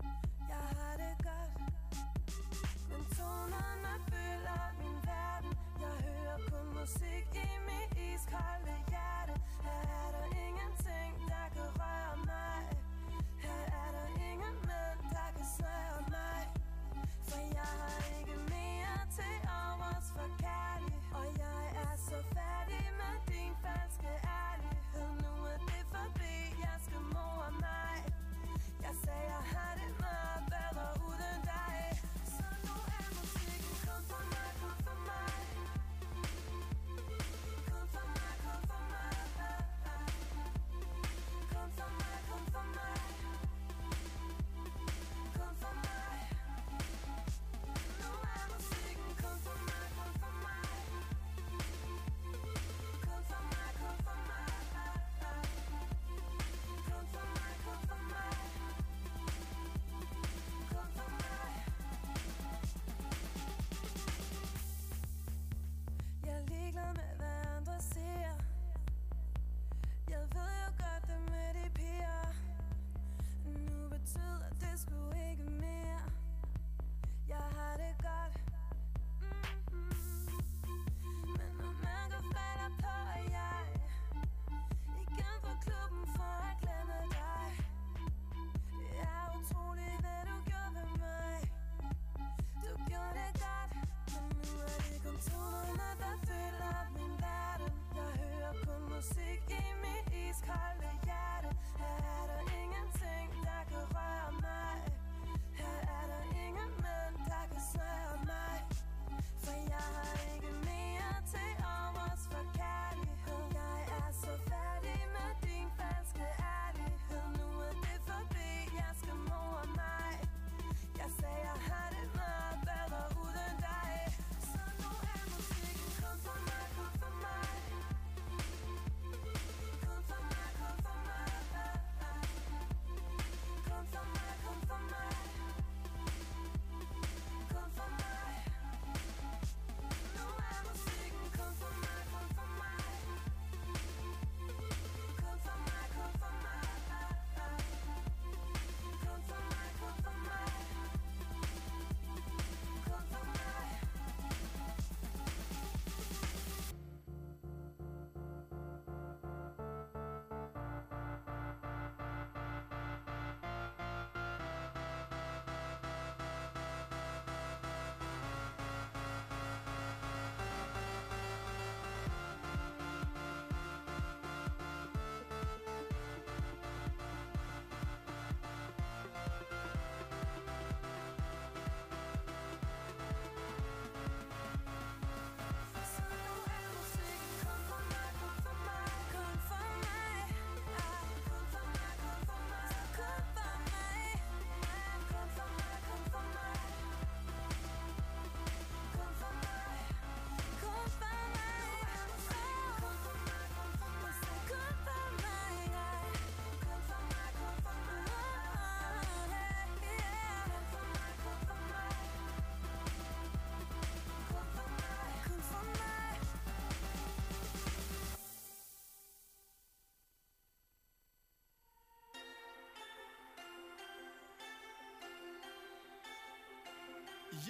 Men tonerne fylder min verden.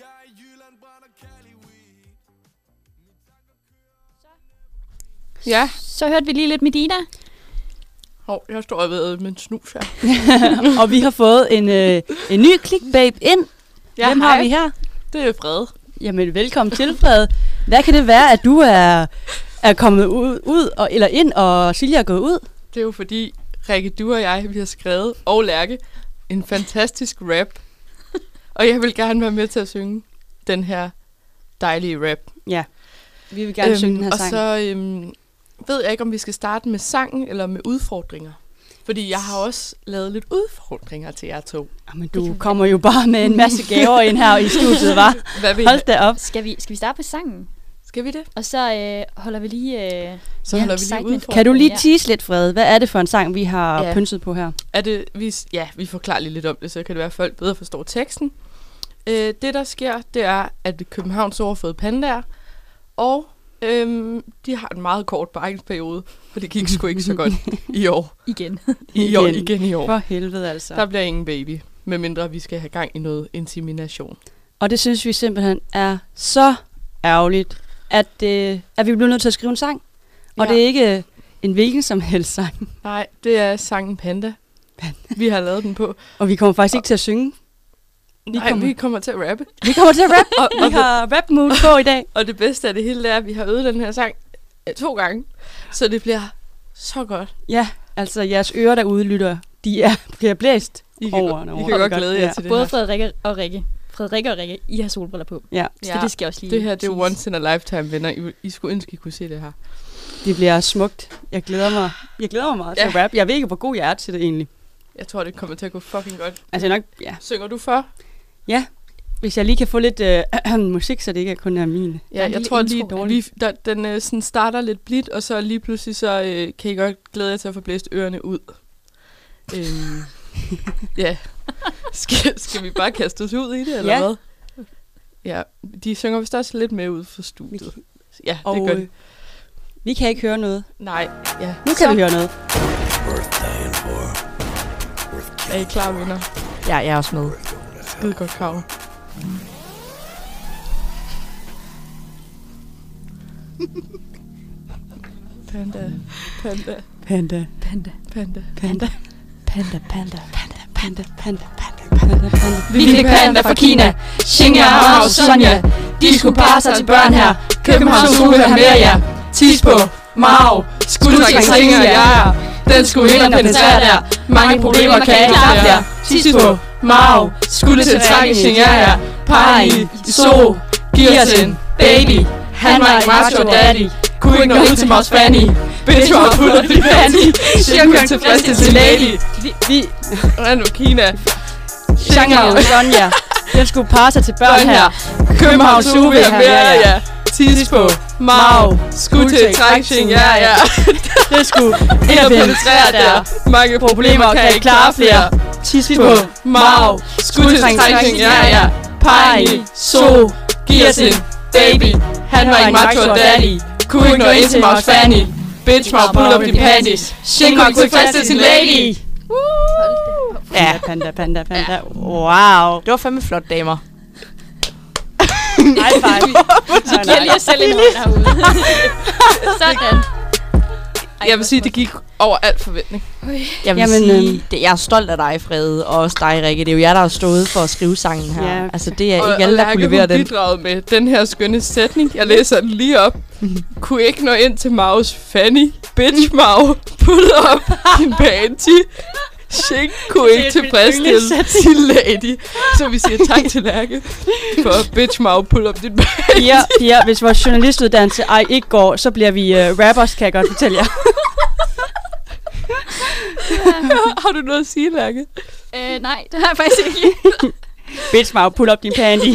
Ja. Så hørte vi lige lidt Medina. Jeg står ved med en snus her. Og vi har fået en ny clickbabe ind. Ja, Hvem har vi her? Det er Fred. Jamen, velkommen til, Fred. Hvad kan det være, at du er kommet ud eller ind, og Silja er gået ud? Det er jo fordi, Rikke, du og jeg, vi har skrevet, og Lærke, en fantastisk rap. Og jeg vil gerne være med til at synge den her dejlige rap. Ja, vi vil gerne synge den her og sang. Og så ved jeg ikke, om vi skal starte med sangen eller med udfordringer. Fordi jeg har også lavet lidt udfordringer til jer to. Jamen, du kommer jo bare med en masse gaver ind her i studiet, hva'? Hold da op. Skal vi starte på sangen? Skal vi det? Og så holder vi lige... holder vi lige udfordringer. Kan du lige tease lidt, Fred? Hvad er det for en sang, vi har pynset på her? Er det, vi forklarer lige lidt om det, så kan det være, at folk bedre forstår teksten. Det, der sker, det er, at Københavns Ord har fået pandaer, og de har en meget kort beregningsperiode, for det gik sgu ikke så godt i år. Igen i år. For helvede altså. Der bliver ingen baby, medmindre vi skal have gang i noget insemination. Og det synes vi simpelthen er så ærgerligt, at vi bliver nødt til at skrive en sang. Og det er ikke en hvilken som helst sang. Nej, det er sangen Panda. Vi har lavet den på. Og vi kommer faktisk ikke til at synge. Vi kommer til at rappe. Vi kommer til at rappe, og vi har rap mood på i dag. Og det bedste af det hele er, at vi har øvet den her sang 2 gange. Så det bliver så godt. Ja, altså jeres ører derude lytter, de bliver blæst over. I kan godt glæde jer til det både her. Frederikke og Rikke, I har solbriller på. Ja. Så det skal også lige... Det her, det er once in a lifetime, venner. I skulle ønske, I kunne se det her. Det bliver smukt. Jeg glæder mig meget til at rap. Jeg ved ikke, hvor god jeg er til det egentlig. Jeg tror, det kommer til at gå fucking godt. Altså nok, ja. Synger du for? Ja. Hvis jeg lige kan få lidt musik, så det ikke kun er min. Ja, jeg tror lige den sådan starter lidt blidt, og så lige pludselig så kan I godt glæde jer til at få blæst ørerne ud. Ja. Skal vi bare kaste os ud i det, eller hvad? Ja, de synger vist også lidt med ud for studiet. Ja, det er godt. Vi kan ikke høre noget. Nej, ja. Nu kan vi høre noget. Er I klar, venner? Ja, jeg er også med. Skide godt krav. Panda. Panda. Panda. Panda. Panda. Panda. Panda. Panda. Panda. Panda. Panda. Vi fik panda fra Kina, Xinjiang og Sonja. De skulle parre sig til børn her. Københavns Ord vil have mere, ja. Tis på, Mao, skuldre, senge og jager. Den skulle ind og penetrere der. Mange problemer kan ikke klare flere. Tis på, Mao, skulle til trække Xinjiang. Par i so, giver os en baby. Han var en macho daddy. Kunne ikke nå ud til Maus Fanny. Bitch var fuld af flit panty. Sjældent tilfredsstillelse til lady. Vi nu Kina. Xinjiang og Sonja. Den skulle parre sig til børn her. Københavns Ord vil have mere, ja. Tis på, Mao, skulle til trække Xinjiang, ja. Det skulle ind og penetrere der. Mange problemer kan ikke klare flere. Tis på, Mao, skulle til trække Xinjiang, ja. Par i so, giver os en baby. Han var en macho daddy. Kunne ikke nå ind til Maus Fanny. Bitch, Mao, pull up din panties. Xinjiang kunne tilfredsstille sin lady. Ja, panda. Wow. Det var fandme flot, damer. High five. Så giver lige os selv en hånd herude. Sådan. Jeg vil sige, det gik over alt forventning. Jeg vil sige, jeg er stolt af dig, Frede, og også dig, Rikke. Det er jo jer, der har stået for at skrive sangen her. Ja. Altså, det er ikke alle, der kunne levere den. Og bidraget med den her skønne sætning. Jeg læser den lige op. Kunne ikke nå ind til Maus Fanny. Bitch, Mao. Pull up din panty. Shink kunne ikke tilfredsstille sin lady. Så vi siger tak til Lærke for bitch Mao, pull up dit panty. Ja, hvis vores journalistuddannelse ikke går, så bliver vi rappers, kan jeg godt fortælle jer. Har du noget at sige, Lærke? Nej, det har jeg faktisk ikke. Bitch Mao, pull up din panty.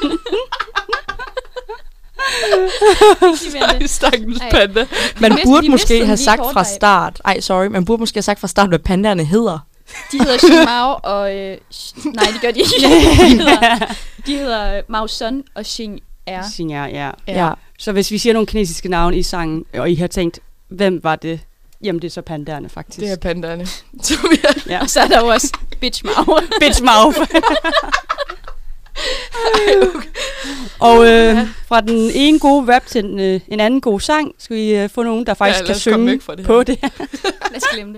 Stakkels panda. Man burde måske have sagt fra start. Man burde måske have sagt fra start, hvad pandaerne hedder. De hedder Xingmao og... nej, det gør de ikke. De hedder Mao Sun og Xing Er. Ja. Så hvis vi siger nogle kinesiske navne i sangen, og I har tænkt, hvem var det? Jamen, det er så pandaerne, faktisk. Det er pandaerne. Ja. Og så er der jo også Bitch Mao. Bitch Mao. Og fra den ene gode rap til en anden god sang, skal vi få nogen, der faktisk kan synge på det. Lad os glemme det.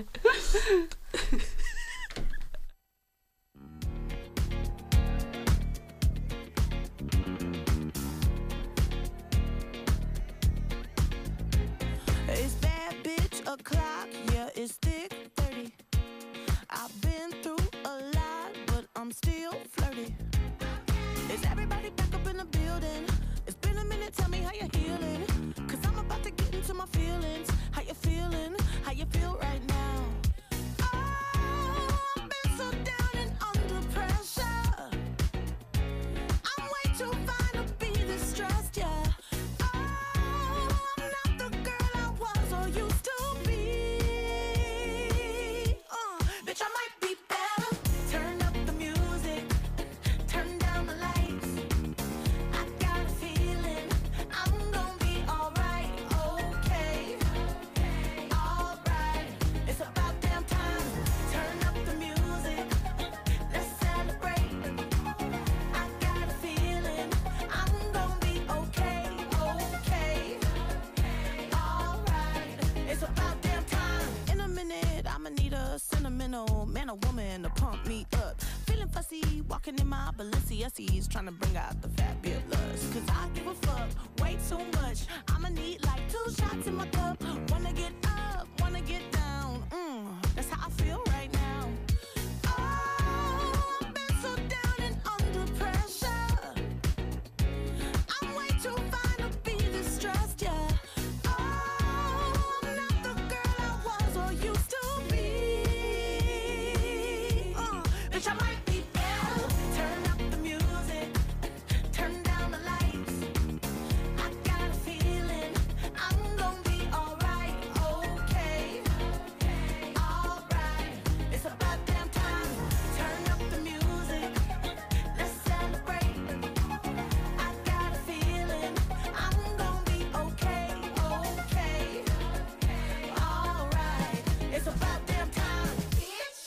It's bad bitch o'clock, yeah, it's thick 30. I've been through a lot, but I'm still flirty. Is everybody back up in the building? It's been a minute, tell me how you're healing. Cause I'm about to get into my feelings. How you feeling? How you feel right now? Oh, I've been so down and under pressure. I'm way too fine to be distressed, yeah. Bitch, I might be better. Turn up the music, turn down the lights. I got a feeling I'm gonna be alright, okay, alright. It's about damn time. Turn up the music, let's celebrate. I got a feeling I'm gonna be okay, alright. It's about damn time. In a minute, I'ma need a sentimental man or woman to pump me up. Feeling fussy, walking in my Balenciennes, trying to bring out the fabulous. Cause I give a fuck way too much. I'ma need like 2 shots in my cup. Wanna get up, wanna get down. That's how I feel right now. Oh, I've been so down and under pressure. I'm way too fine to be distressed, yeah. Bitch, I might be better. Turn up the music, turn down the lights. I got a feeling I'm gonna be alright, okay, alright. It's about damn time. Turn up the music, let's celebrate. I got a feeling I'm gonna be okay, alright. It's about damn time, bitch.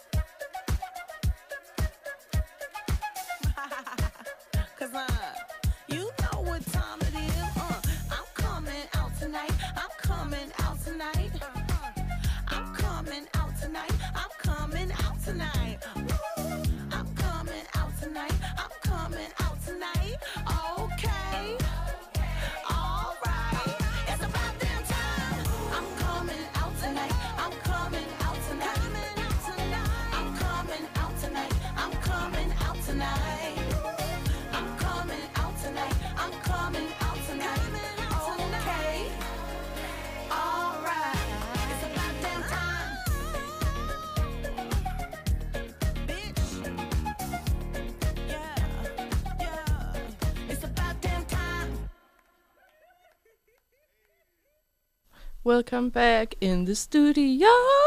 Cause you know what time it is. I'm coming out tonight. I'm coming out tonight. I'm coming out tonight. I'm coming out tonight. I'm coming out tonight. I'm coming out tonight. Okay. Alright. It's about damn time. I'm coming out tonight. I'm coming out tonight. I'm coming out tonight. I'm coming out tonight. I'm coming out tonight. I'm coming out tonight. Okay. Alright. It's about damn time. Bitch. Yeah. Yeah. It's about damn time. Welcome back in the studio.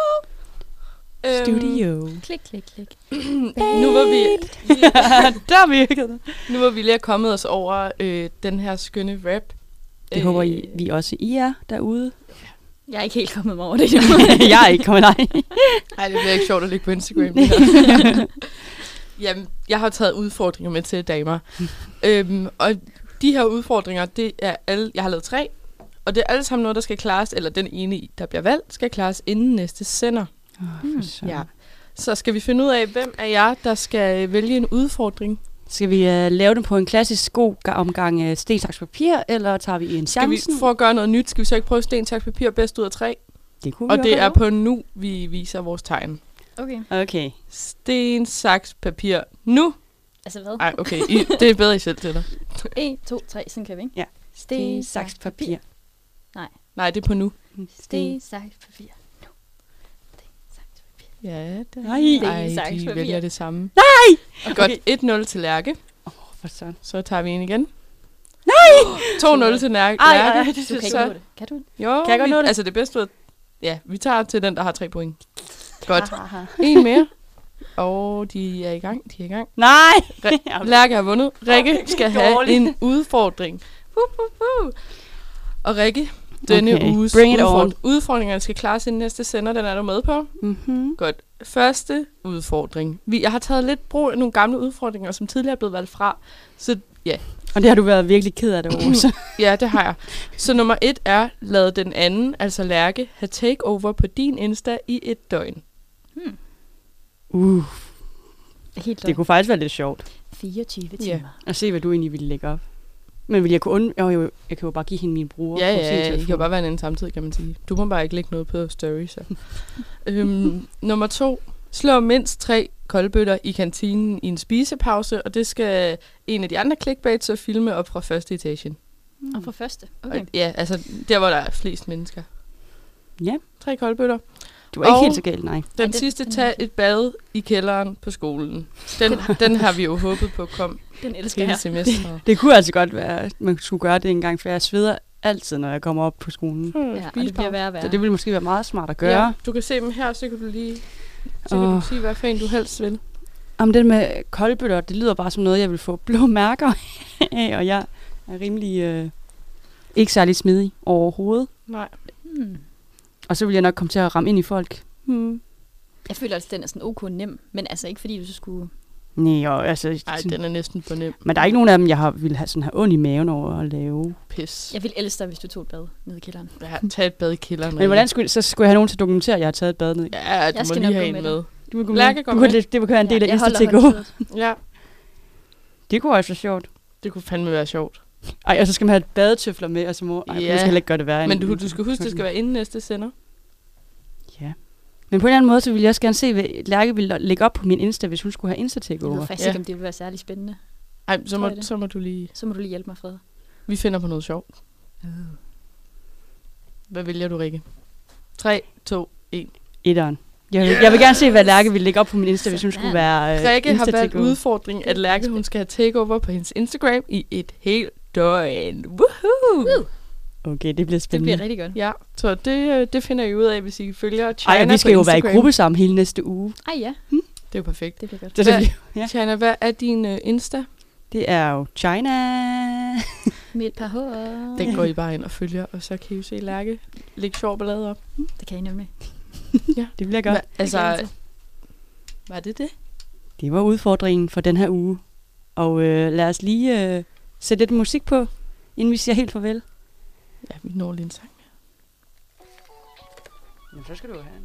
Klik, klik, klik. Nu var vi Der virkede det. nu var vi lige kommet os over den her skønne rap. Det håber vi også, I er derude. Jeg er ikke helt kommet mig over det. Jeg er ikke kommet, nej. Nej, det bliver ikke sjovt at lægge på Instagram. Jamen, jeg har taget udfordringer med til damer. Og de her udfordringer, det er alle, jeg har lavet 3. Og det er alle sammen noget, der skal klares, eller den ene, der bliver valgt, skal klares inden næste sender. Ja. Så skal vi finde ud af, hvem af jer, der skal vælge en udfordring? Skal vi lave den på en klassisk god omgang sten, saks, papir, eller tager vi en Skal vi chancen? for at gøre noget nyt, skal vi så ikke prøve sten, saks, papir bedst ud af 3? Det kunne Og vi det også er gøre. på nu, vi viser vores tegn. Okay. Okay. Sten, saks, papir, nu. Altså hvad? Ej, okay, det er bedre, I selv til dig. 1, 2, 3, sådan kan vi, ikke? Ja. Sten, saks, papir. Nej, det er på nu. Sten, saks, papir. Nu. Sten, saks, papir. Ja, det Nej. Ej, Sten, saks, de papir. vælger det samme. Nej! Godt, 1-0 til Lærke. For sådan. Så tager vi en igen. Nej! 2-0 til Lærke. Ej, Du kan ikke Så- nå det. Kan du det? Jo, Kan jeg godt nå det? altså det bedste ud. Ja, vi tager til den, der har 3 point. Godt. Haha. En mere. Og de er i gang. Nej! Lærke har vundet. Rikke det er skal have dårligt. en udfordring. Og Rikke, denne Okay, uges bring it on. udfordringer skal klares inden næste sender. Den er du med på? Mm-hmm. Godt. Første udfordring. Jeg har taget lidt brug af nogle gamle udfordringer, som tidligere er blevet valgt fra. Så ja. Og det har du været virkelig ked af det også. Ja, det har jeg. Så nummer 1 er, lad den anden, altså Lærke, have takeover på din Insta i 1 døgn. Helt Det kunne faktisk være lidt sjovt 24 Ja. timer. at se, hvad du egentlig ville lægge op. Men vil jeg kunne jeg kan jo bare give hende min bruger. Ja, på sin I telefon. kan jo bare være en anden samtidig, kan man sige. Du må bare ikke lægge noget på story, så. Nummer 2. Slå mindst 3 koldbøtter i kantinen i en spisepause, og det skal en af de andre clickbaits så filme op fra første etagen. Og fra første. Okay. Okay. Ja, altså der, hvor der er flest mennesker. Ja. 3 koldbøtter. Du er ikke Og helt så galt, nej. Den sidste, tag et bad i kælderen på skolen. Den har vi jo håbet på kom Den elsker hele jeg. semesteret. Det kunne altså godt være, at man skulle gøre det en gang, for jeg sveder altid, når jeg kommer op på skolen. Ja, og det bliver værre og værre. Så det ville måske være meget smart at gøre. Ja, du kan se dem her, så kan du lige kan du sige, hvad for en du helst vil. Om det med koldbøtter, det lyder bare som noget, jeg vil få blå mærker af, og jeg er rimelig ikke særlig smidig overhovedet. Nej. Og så vil jeg nok komme til at ramme ind i folk. Jeg føler også, at den er sådan ok nem, men altså ikke fordi du så skulle... Nej, og altså... Nej, den er næsten for nem. Men der er ikke nogen af dem, jeg ville have sådan her ondt i maven over at lave. Pis. Jeg vil elske dig, hvis du tog et bad nede i kælderen. Ja, tag et bad i kælderen. Men hvordan skulle jeg have nogen til at dokumentere, at jeg har taget et bad ned? Ja, du Jeg må skal lige nok have gå en med med. dig. Du vil gå Lærke med. går med. Det kunne være en del af Insta holder til at gå. håndklædet. Ja, Det kunne også være sjovt. det kunne fandme være sjovt. Ej, og så skal man have badetøfler med, og så må... Ej, Ja. jeg skal heller ikke gøre det værre. Men du skal huske, det skal være inden næste sender. Ja. Men på en eller anden måde, så ville jeg også gerne se, hvad Lærke ville lægge op på min Insta, hvis hun skulle have Jeg ved Insta-takeover. faktisk ikke, om det ville være særlig spændende. Ej, Tror jeg det. så må du lige... Så må du lige hjælpe mig, Fred. Vi finder på noget sjovt. Hvad vælger du, Rikke? 3, 2, 1. Etteren. Jeg vil gerne se, hvad Lærke ville lægge op på min Insta, hvis hun skulle være Rikke har valgt Insta-takeover. udfordring, at Lærke hun skal have takeover på hendes Instagram i 1 helt døgn. Woohoo! Okay, det bliver Det spændende. bliver rigtig godt. Ja, så det finder I ud af, hvis I følger China Ej, og vi skal på jo være i Instagram. gruppe sammen hele næste uge. Ej ja, Det er jo perfekt. det bliver godt. Så Hvad- ja. China, hvad er din Insta? Det er jo China. Med et par hår. Den går I bare ind og følger, og så kan I jo se Lærke lægge sjov ballade op. Det kan I nemlig. Det bliver godt. Altså, var det det? Det var udfordringen for den her uge. Og lad os lige sætte lidt musik på, inden vi siger helt farvel. Ja, vi når lige en sang. Jamen, så skal du have en.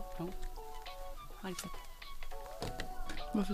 Hvorfor?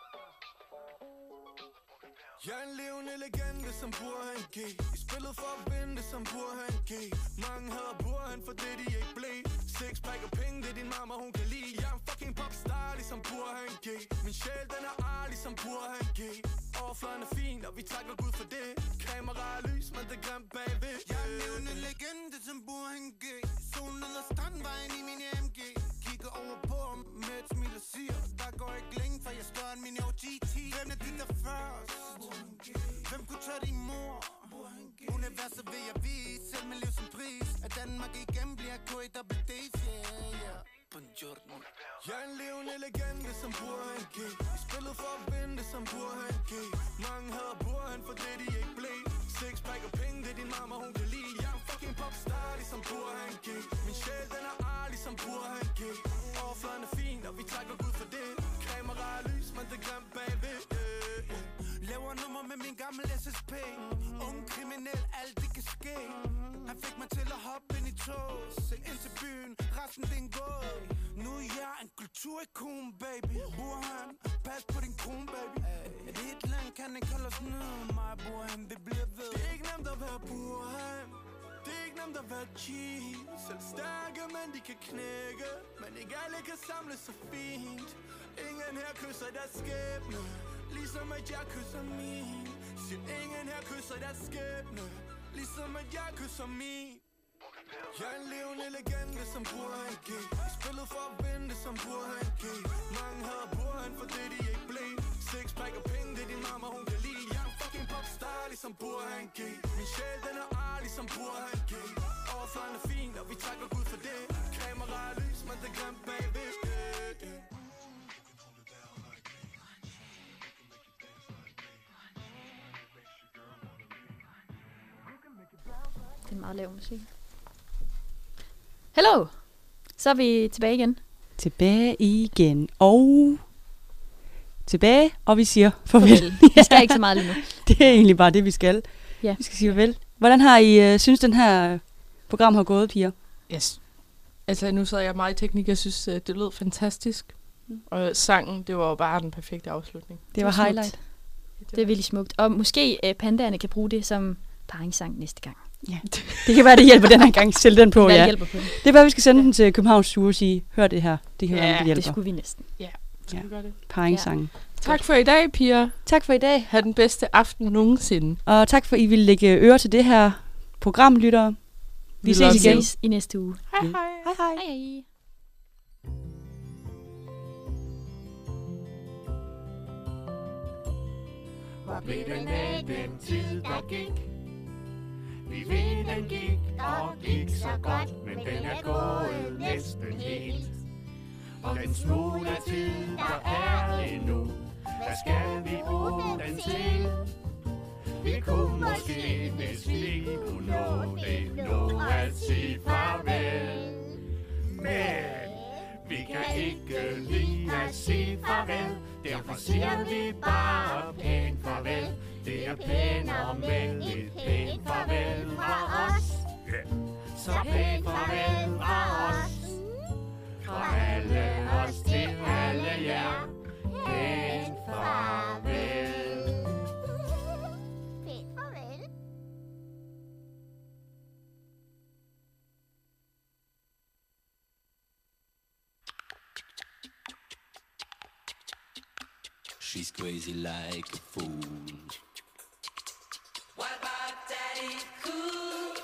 Jeg er en levende legende, som burde have en G. I spillet for at vinde, som burde have en G. Mange hader burde han for det, de ikke blev. Sixpack og penge, det din mamma, hun kan lide. Jeg er en fucking popstar, ligesom burde have en G. Min sjæl, den er ærlig, som burde have en G. Overfladen er fin, og vi takker Gud for det. Kamera er lys, men det er grimt bagved. Jeg er en levende legende, som burde have en G. Solen ned ad strandvejen i min AMG. Kigger over på ham med et smil og siger, der går ikke længe, for jeg er større end min OGT. Hvem er dit der først? Hvem kunne tage din mor? Universet vil jeg vise, selv med liv som pris. At Danmark igen bliver KWD's, yeah. Buongiorno. Jeg er en levende legende, som burde have en G. I spillet for at vinde, som burde have en G. Mange hader burde han for det, de ikke blev. Sixpack og penge, det din mamma, hun kan lide. Jeg er en fucking popstar, ligesom burde have en G. Min sjæl, den er ærlig, som burde have en G. Overfladen er fin, og vi takker Gud for det. Kamera er lys, men det er grimt bagved, Laver nummer med min gamle SSP. Ung kriminel, alt det kan ske. Han fik mig til at hoppe ind i tog. Se ind til byen, resten det er en gåd. Nu er jeg en kulturikon, baby. Burhan, pas på din kron, baby. Et helt land kan ikke holde os ned. Mig og Burhan, det bliver ved. Det er ikke nemt at være Burhan. Det er ikke nemt at være cheese. Selv stærke, men de kan knække. Men ikke alle kan samles så fint. Ingen her kysser deres skæbne. Ligesom at jeg kysser min. Siger ingen her kysser deres skæbne. Ligesom at jeg kysser min. Jeg er en levende legende, som burde have en G. I spillet for at vinde, som burde have en G. Mange hader burde han for det, de ikke blev. Sixpack og penge, det din mamma, hun kan lide. Jeg er en fucking popstar, ligesom burde have en G. Min sjæl, den er ærlig, som burde have en G. Overfladen er fin, og vi takker Gud for det. Kamera er lys, men det er grimt bagved, Det er meget lav musik. Hello! Så er vi tilbage igen. Tilbage igen. Og vi siger farvel. Farvel. Vi skal ikke så meget lige nu. Det er egentlig bare det, vi skal. Ja. Vi skal sige farvel. Hvordan har I synes, den her program har gået, piger? Yes. Altså, nu sad jeg meget i teknik. Jeg synes, det lød fantastisk. Og sangen, det var jo bare den perfekte afslutning. Det var smukt. highlight. Det er virkelig smukt. Og måske pandaerne kan bruge det som paringssang næste gang. Ja. Det kan være, det hjælper den her gang. Sælg den på, Det ja. hjælper på det. Det er bare, vi skal sende den til Københavns Sur og sige, hør det her. Det kan være, det hjælper. Det skulle vi næsten. Skal vi gøre det? Paringssangen. Tak for i dag, piger. Tak for i dag. Ha' den bedste aften nogensinde. Og tak for, I vil lægge øre til det her program, lyttere. Vi ses igen. I næste uge. Hej hej. Hej hej. Hej hej. Hvor blev den af den tid, der gik? Vi ved, den gik og gik så godt, men den er gået næsten helt. Og den smule tid, der er endnu, hvad skal vi bruge den til? Vi kunne måske, hvis vi kunne nå det, nå at sige farvel. Men vi kan ikke lide at sige farvel, derfor siger vi bare pænt farvel. Det er pænere, men et pænt farvel fra os. Så pænt farvel fra os. Fra alle os til alle jer. Pænt farvel. Pænt farvel. She's crazy like a fool. What about Daddy Cool?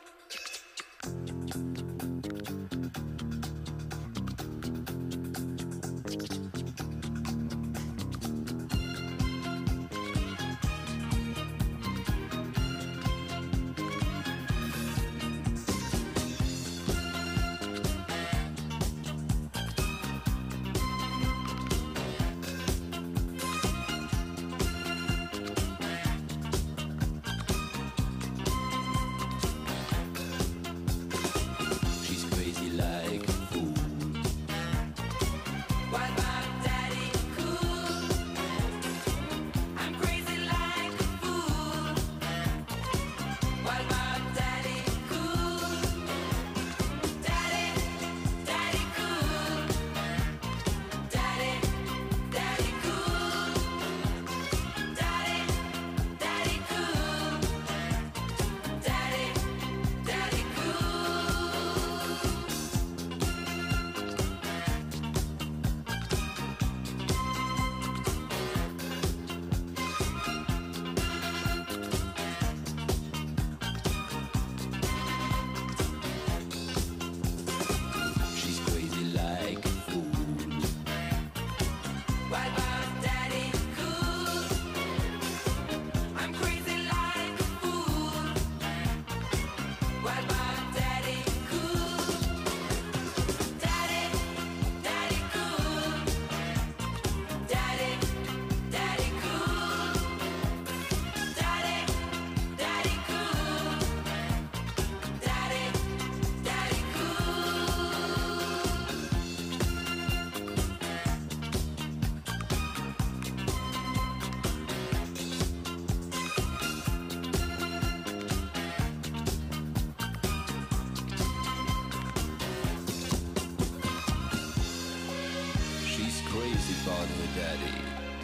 about her daddy.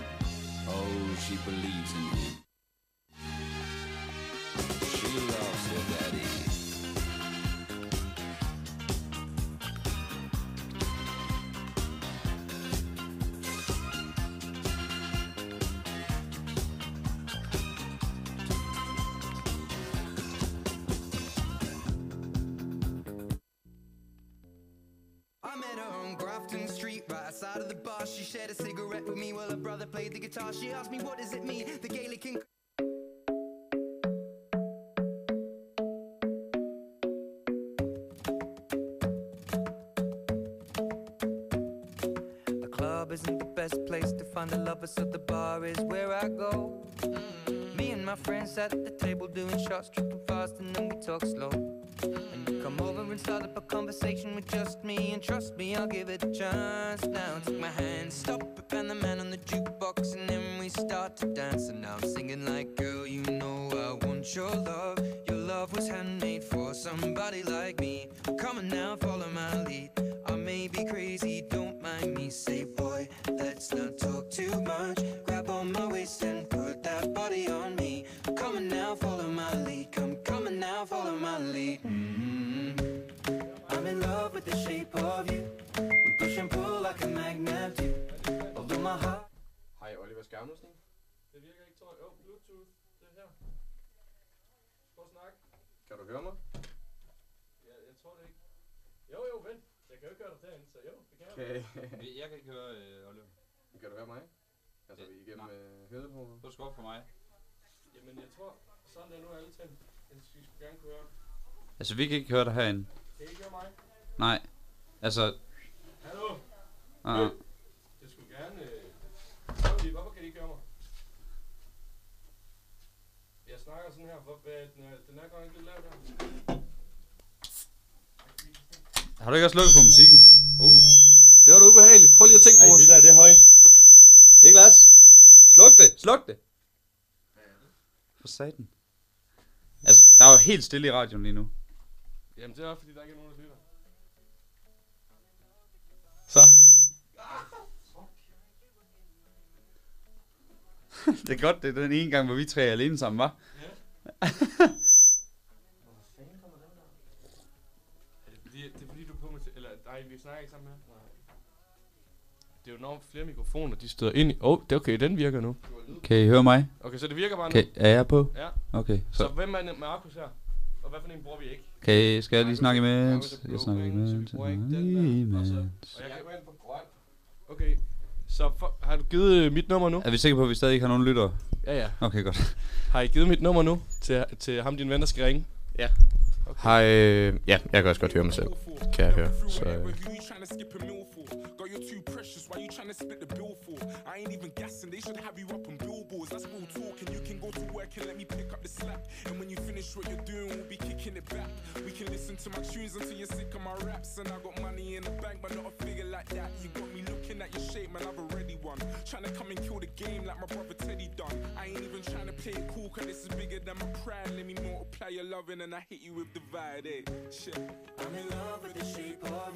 Oh, she believes in him. She loves her daddy. I met her on Grafton Street, right outside of the bar. She shared a cigarette with me while her brother played the guitar. She asked me, what does it mean? The Gaelic king. A club isn't the best place to find a lover, so the bar is where I go. Me and my friends sat at the table doing shots, tripping fast, and then we talk slow. And you come over and start up a conversation with just me. And trust me, I'll give it a chance. Now take my hand, stop it, and the man on the jukebox. And then we start to dance. And now I'm singing like, girl, you know I want your love. Your love was handmade for somebody like me. Come on now, follow my lead. I may be crazy, don't mind me. Say, boy, let's not talk too much. Grab on my waist and put that body on me. Come on now, follow my lead. Come on now, follow my lead. I'm in love with the shape of you. We push and pull like a magnet do. Although my heart. Hej, Oliver Skærmnussen. Det virker ikke, tror jeg. Bluetooth. Det her. Prøv at snakke. Kan du høre mig? Ja, jeg tror det ikke. Jo, vent. Jeg kan jo ikke høre dig derinde, så jo, det kan jeg. Okay. Jeg kan ikke høre Oliver. Kan du høre mig? Altså, igennem høretelefoner? Du skal op for mig. Jamen, jeg tror, sådan er nu alle ting. Jeg skulle gerne kunne høre. Altså, vi kan ikke høre dig herinde. Kan I ikke høre mig? Nej. Altså... Hallo? Det skulle gerne... Hvorfor kan I ikke høre mig? Jeg snakker sådan her. Den er godt ikke lidt lavt her. Har du ikke også lukket på musikken? Det var da ubehageligt. Prøv lige at tænke på det der, det er højt. Niklas? Sluk det! For satan. Altså, der er jo helt stille i radioen lige nu. Jamen, det er også fordi, der ikke er nogen, der lytter. Så. Det er godt, det er den ene gang, hvor vi tre er alene sammen, hva'? Ja. Det er fordi, du er på med... Eller, nej, vi snakker ikke sammen her. Nej. Det er jo når flere mikrofoner, de støder ind i... det er okay, den virker nu. Kan I høre mig? Okay, så det virker bare nu? Er jeg på? Ja. Okay, så hvem er Markus her? Og hvad for en bruger vi ikke? Skal jeg lige snakke imens? Jeg snakker imens. Og jeg kan gå ind på grøn. Okay, så har du givet mit nummer nu? Er vi sikre på, at vi stadig ikke har nogen lyttere? Ja. Okay, godt. Har I givet mit nummer nu til ham, din ven, der skal ringe? Ja. Okay. Hej, ja, jeg kan også godt høre mig selv. Kan jeg høre, så... You're too precious, why you tryna split the bill for? I ain't even gassing, they should have you up on billboards. That's real talk, and you can go to work and let me pick up the slack. And when you finish what you're doing, we'll be kicking it back. We can listen to my tunes until you're sick of my raps. And I got money in the bank, but not a figure like that. You got me looking at your shape, man, I've already won. Tryna come and kill the game like my brother Teddy done. I ain't even tryna play it cool, cause this is bigger than my pride. Let me multiply your loving and I hit you with divide, eh? Shit. I'm in love with the shape of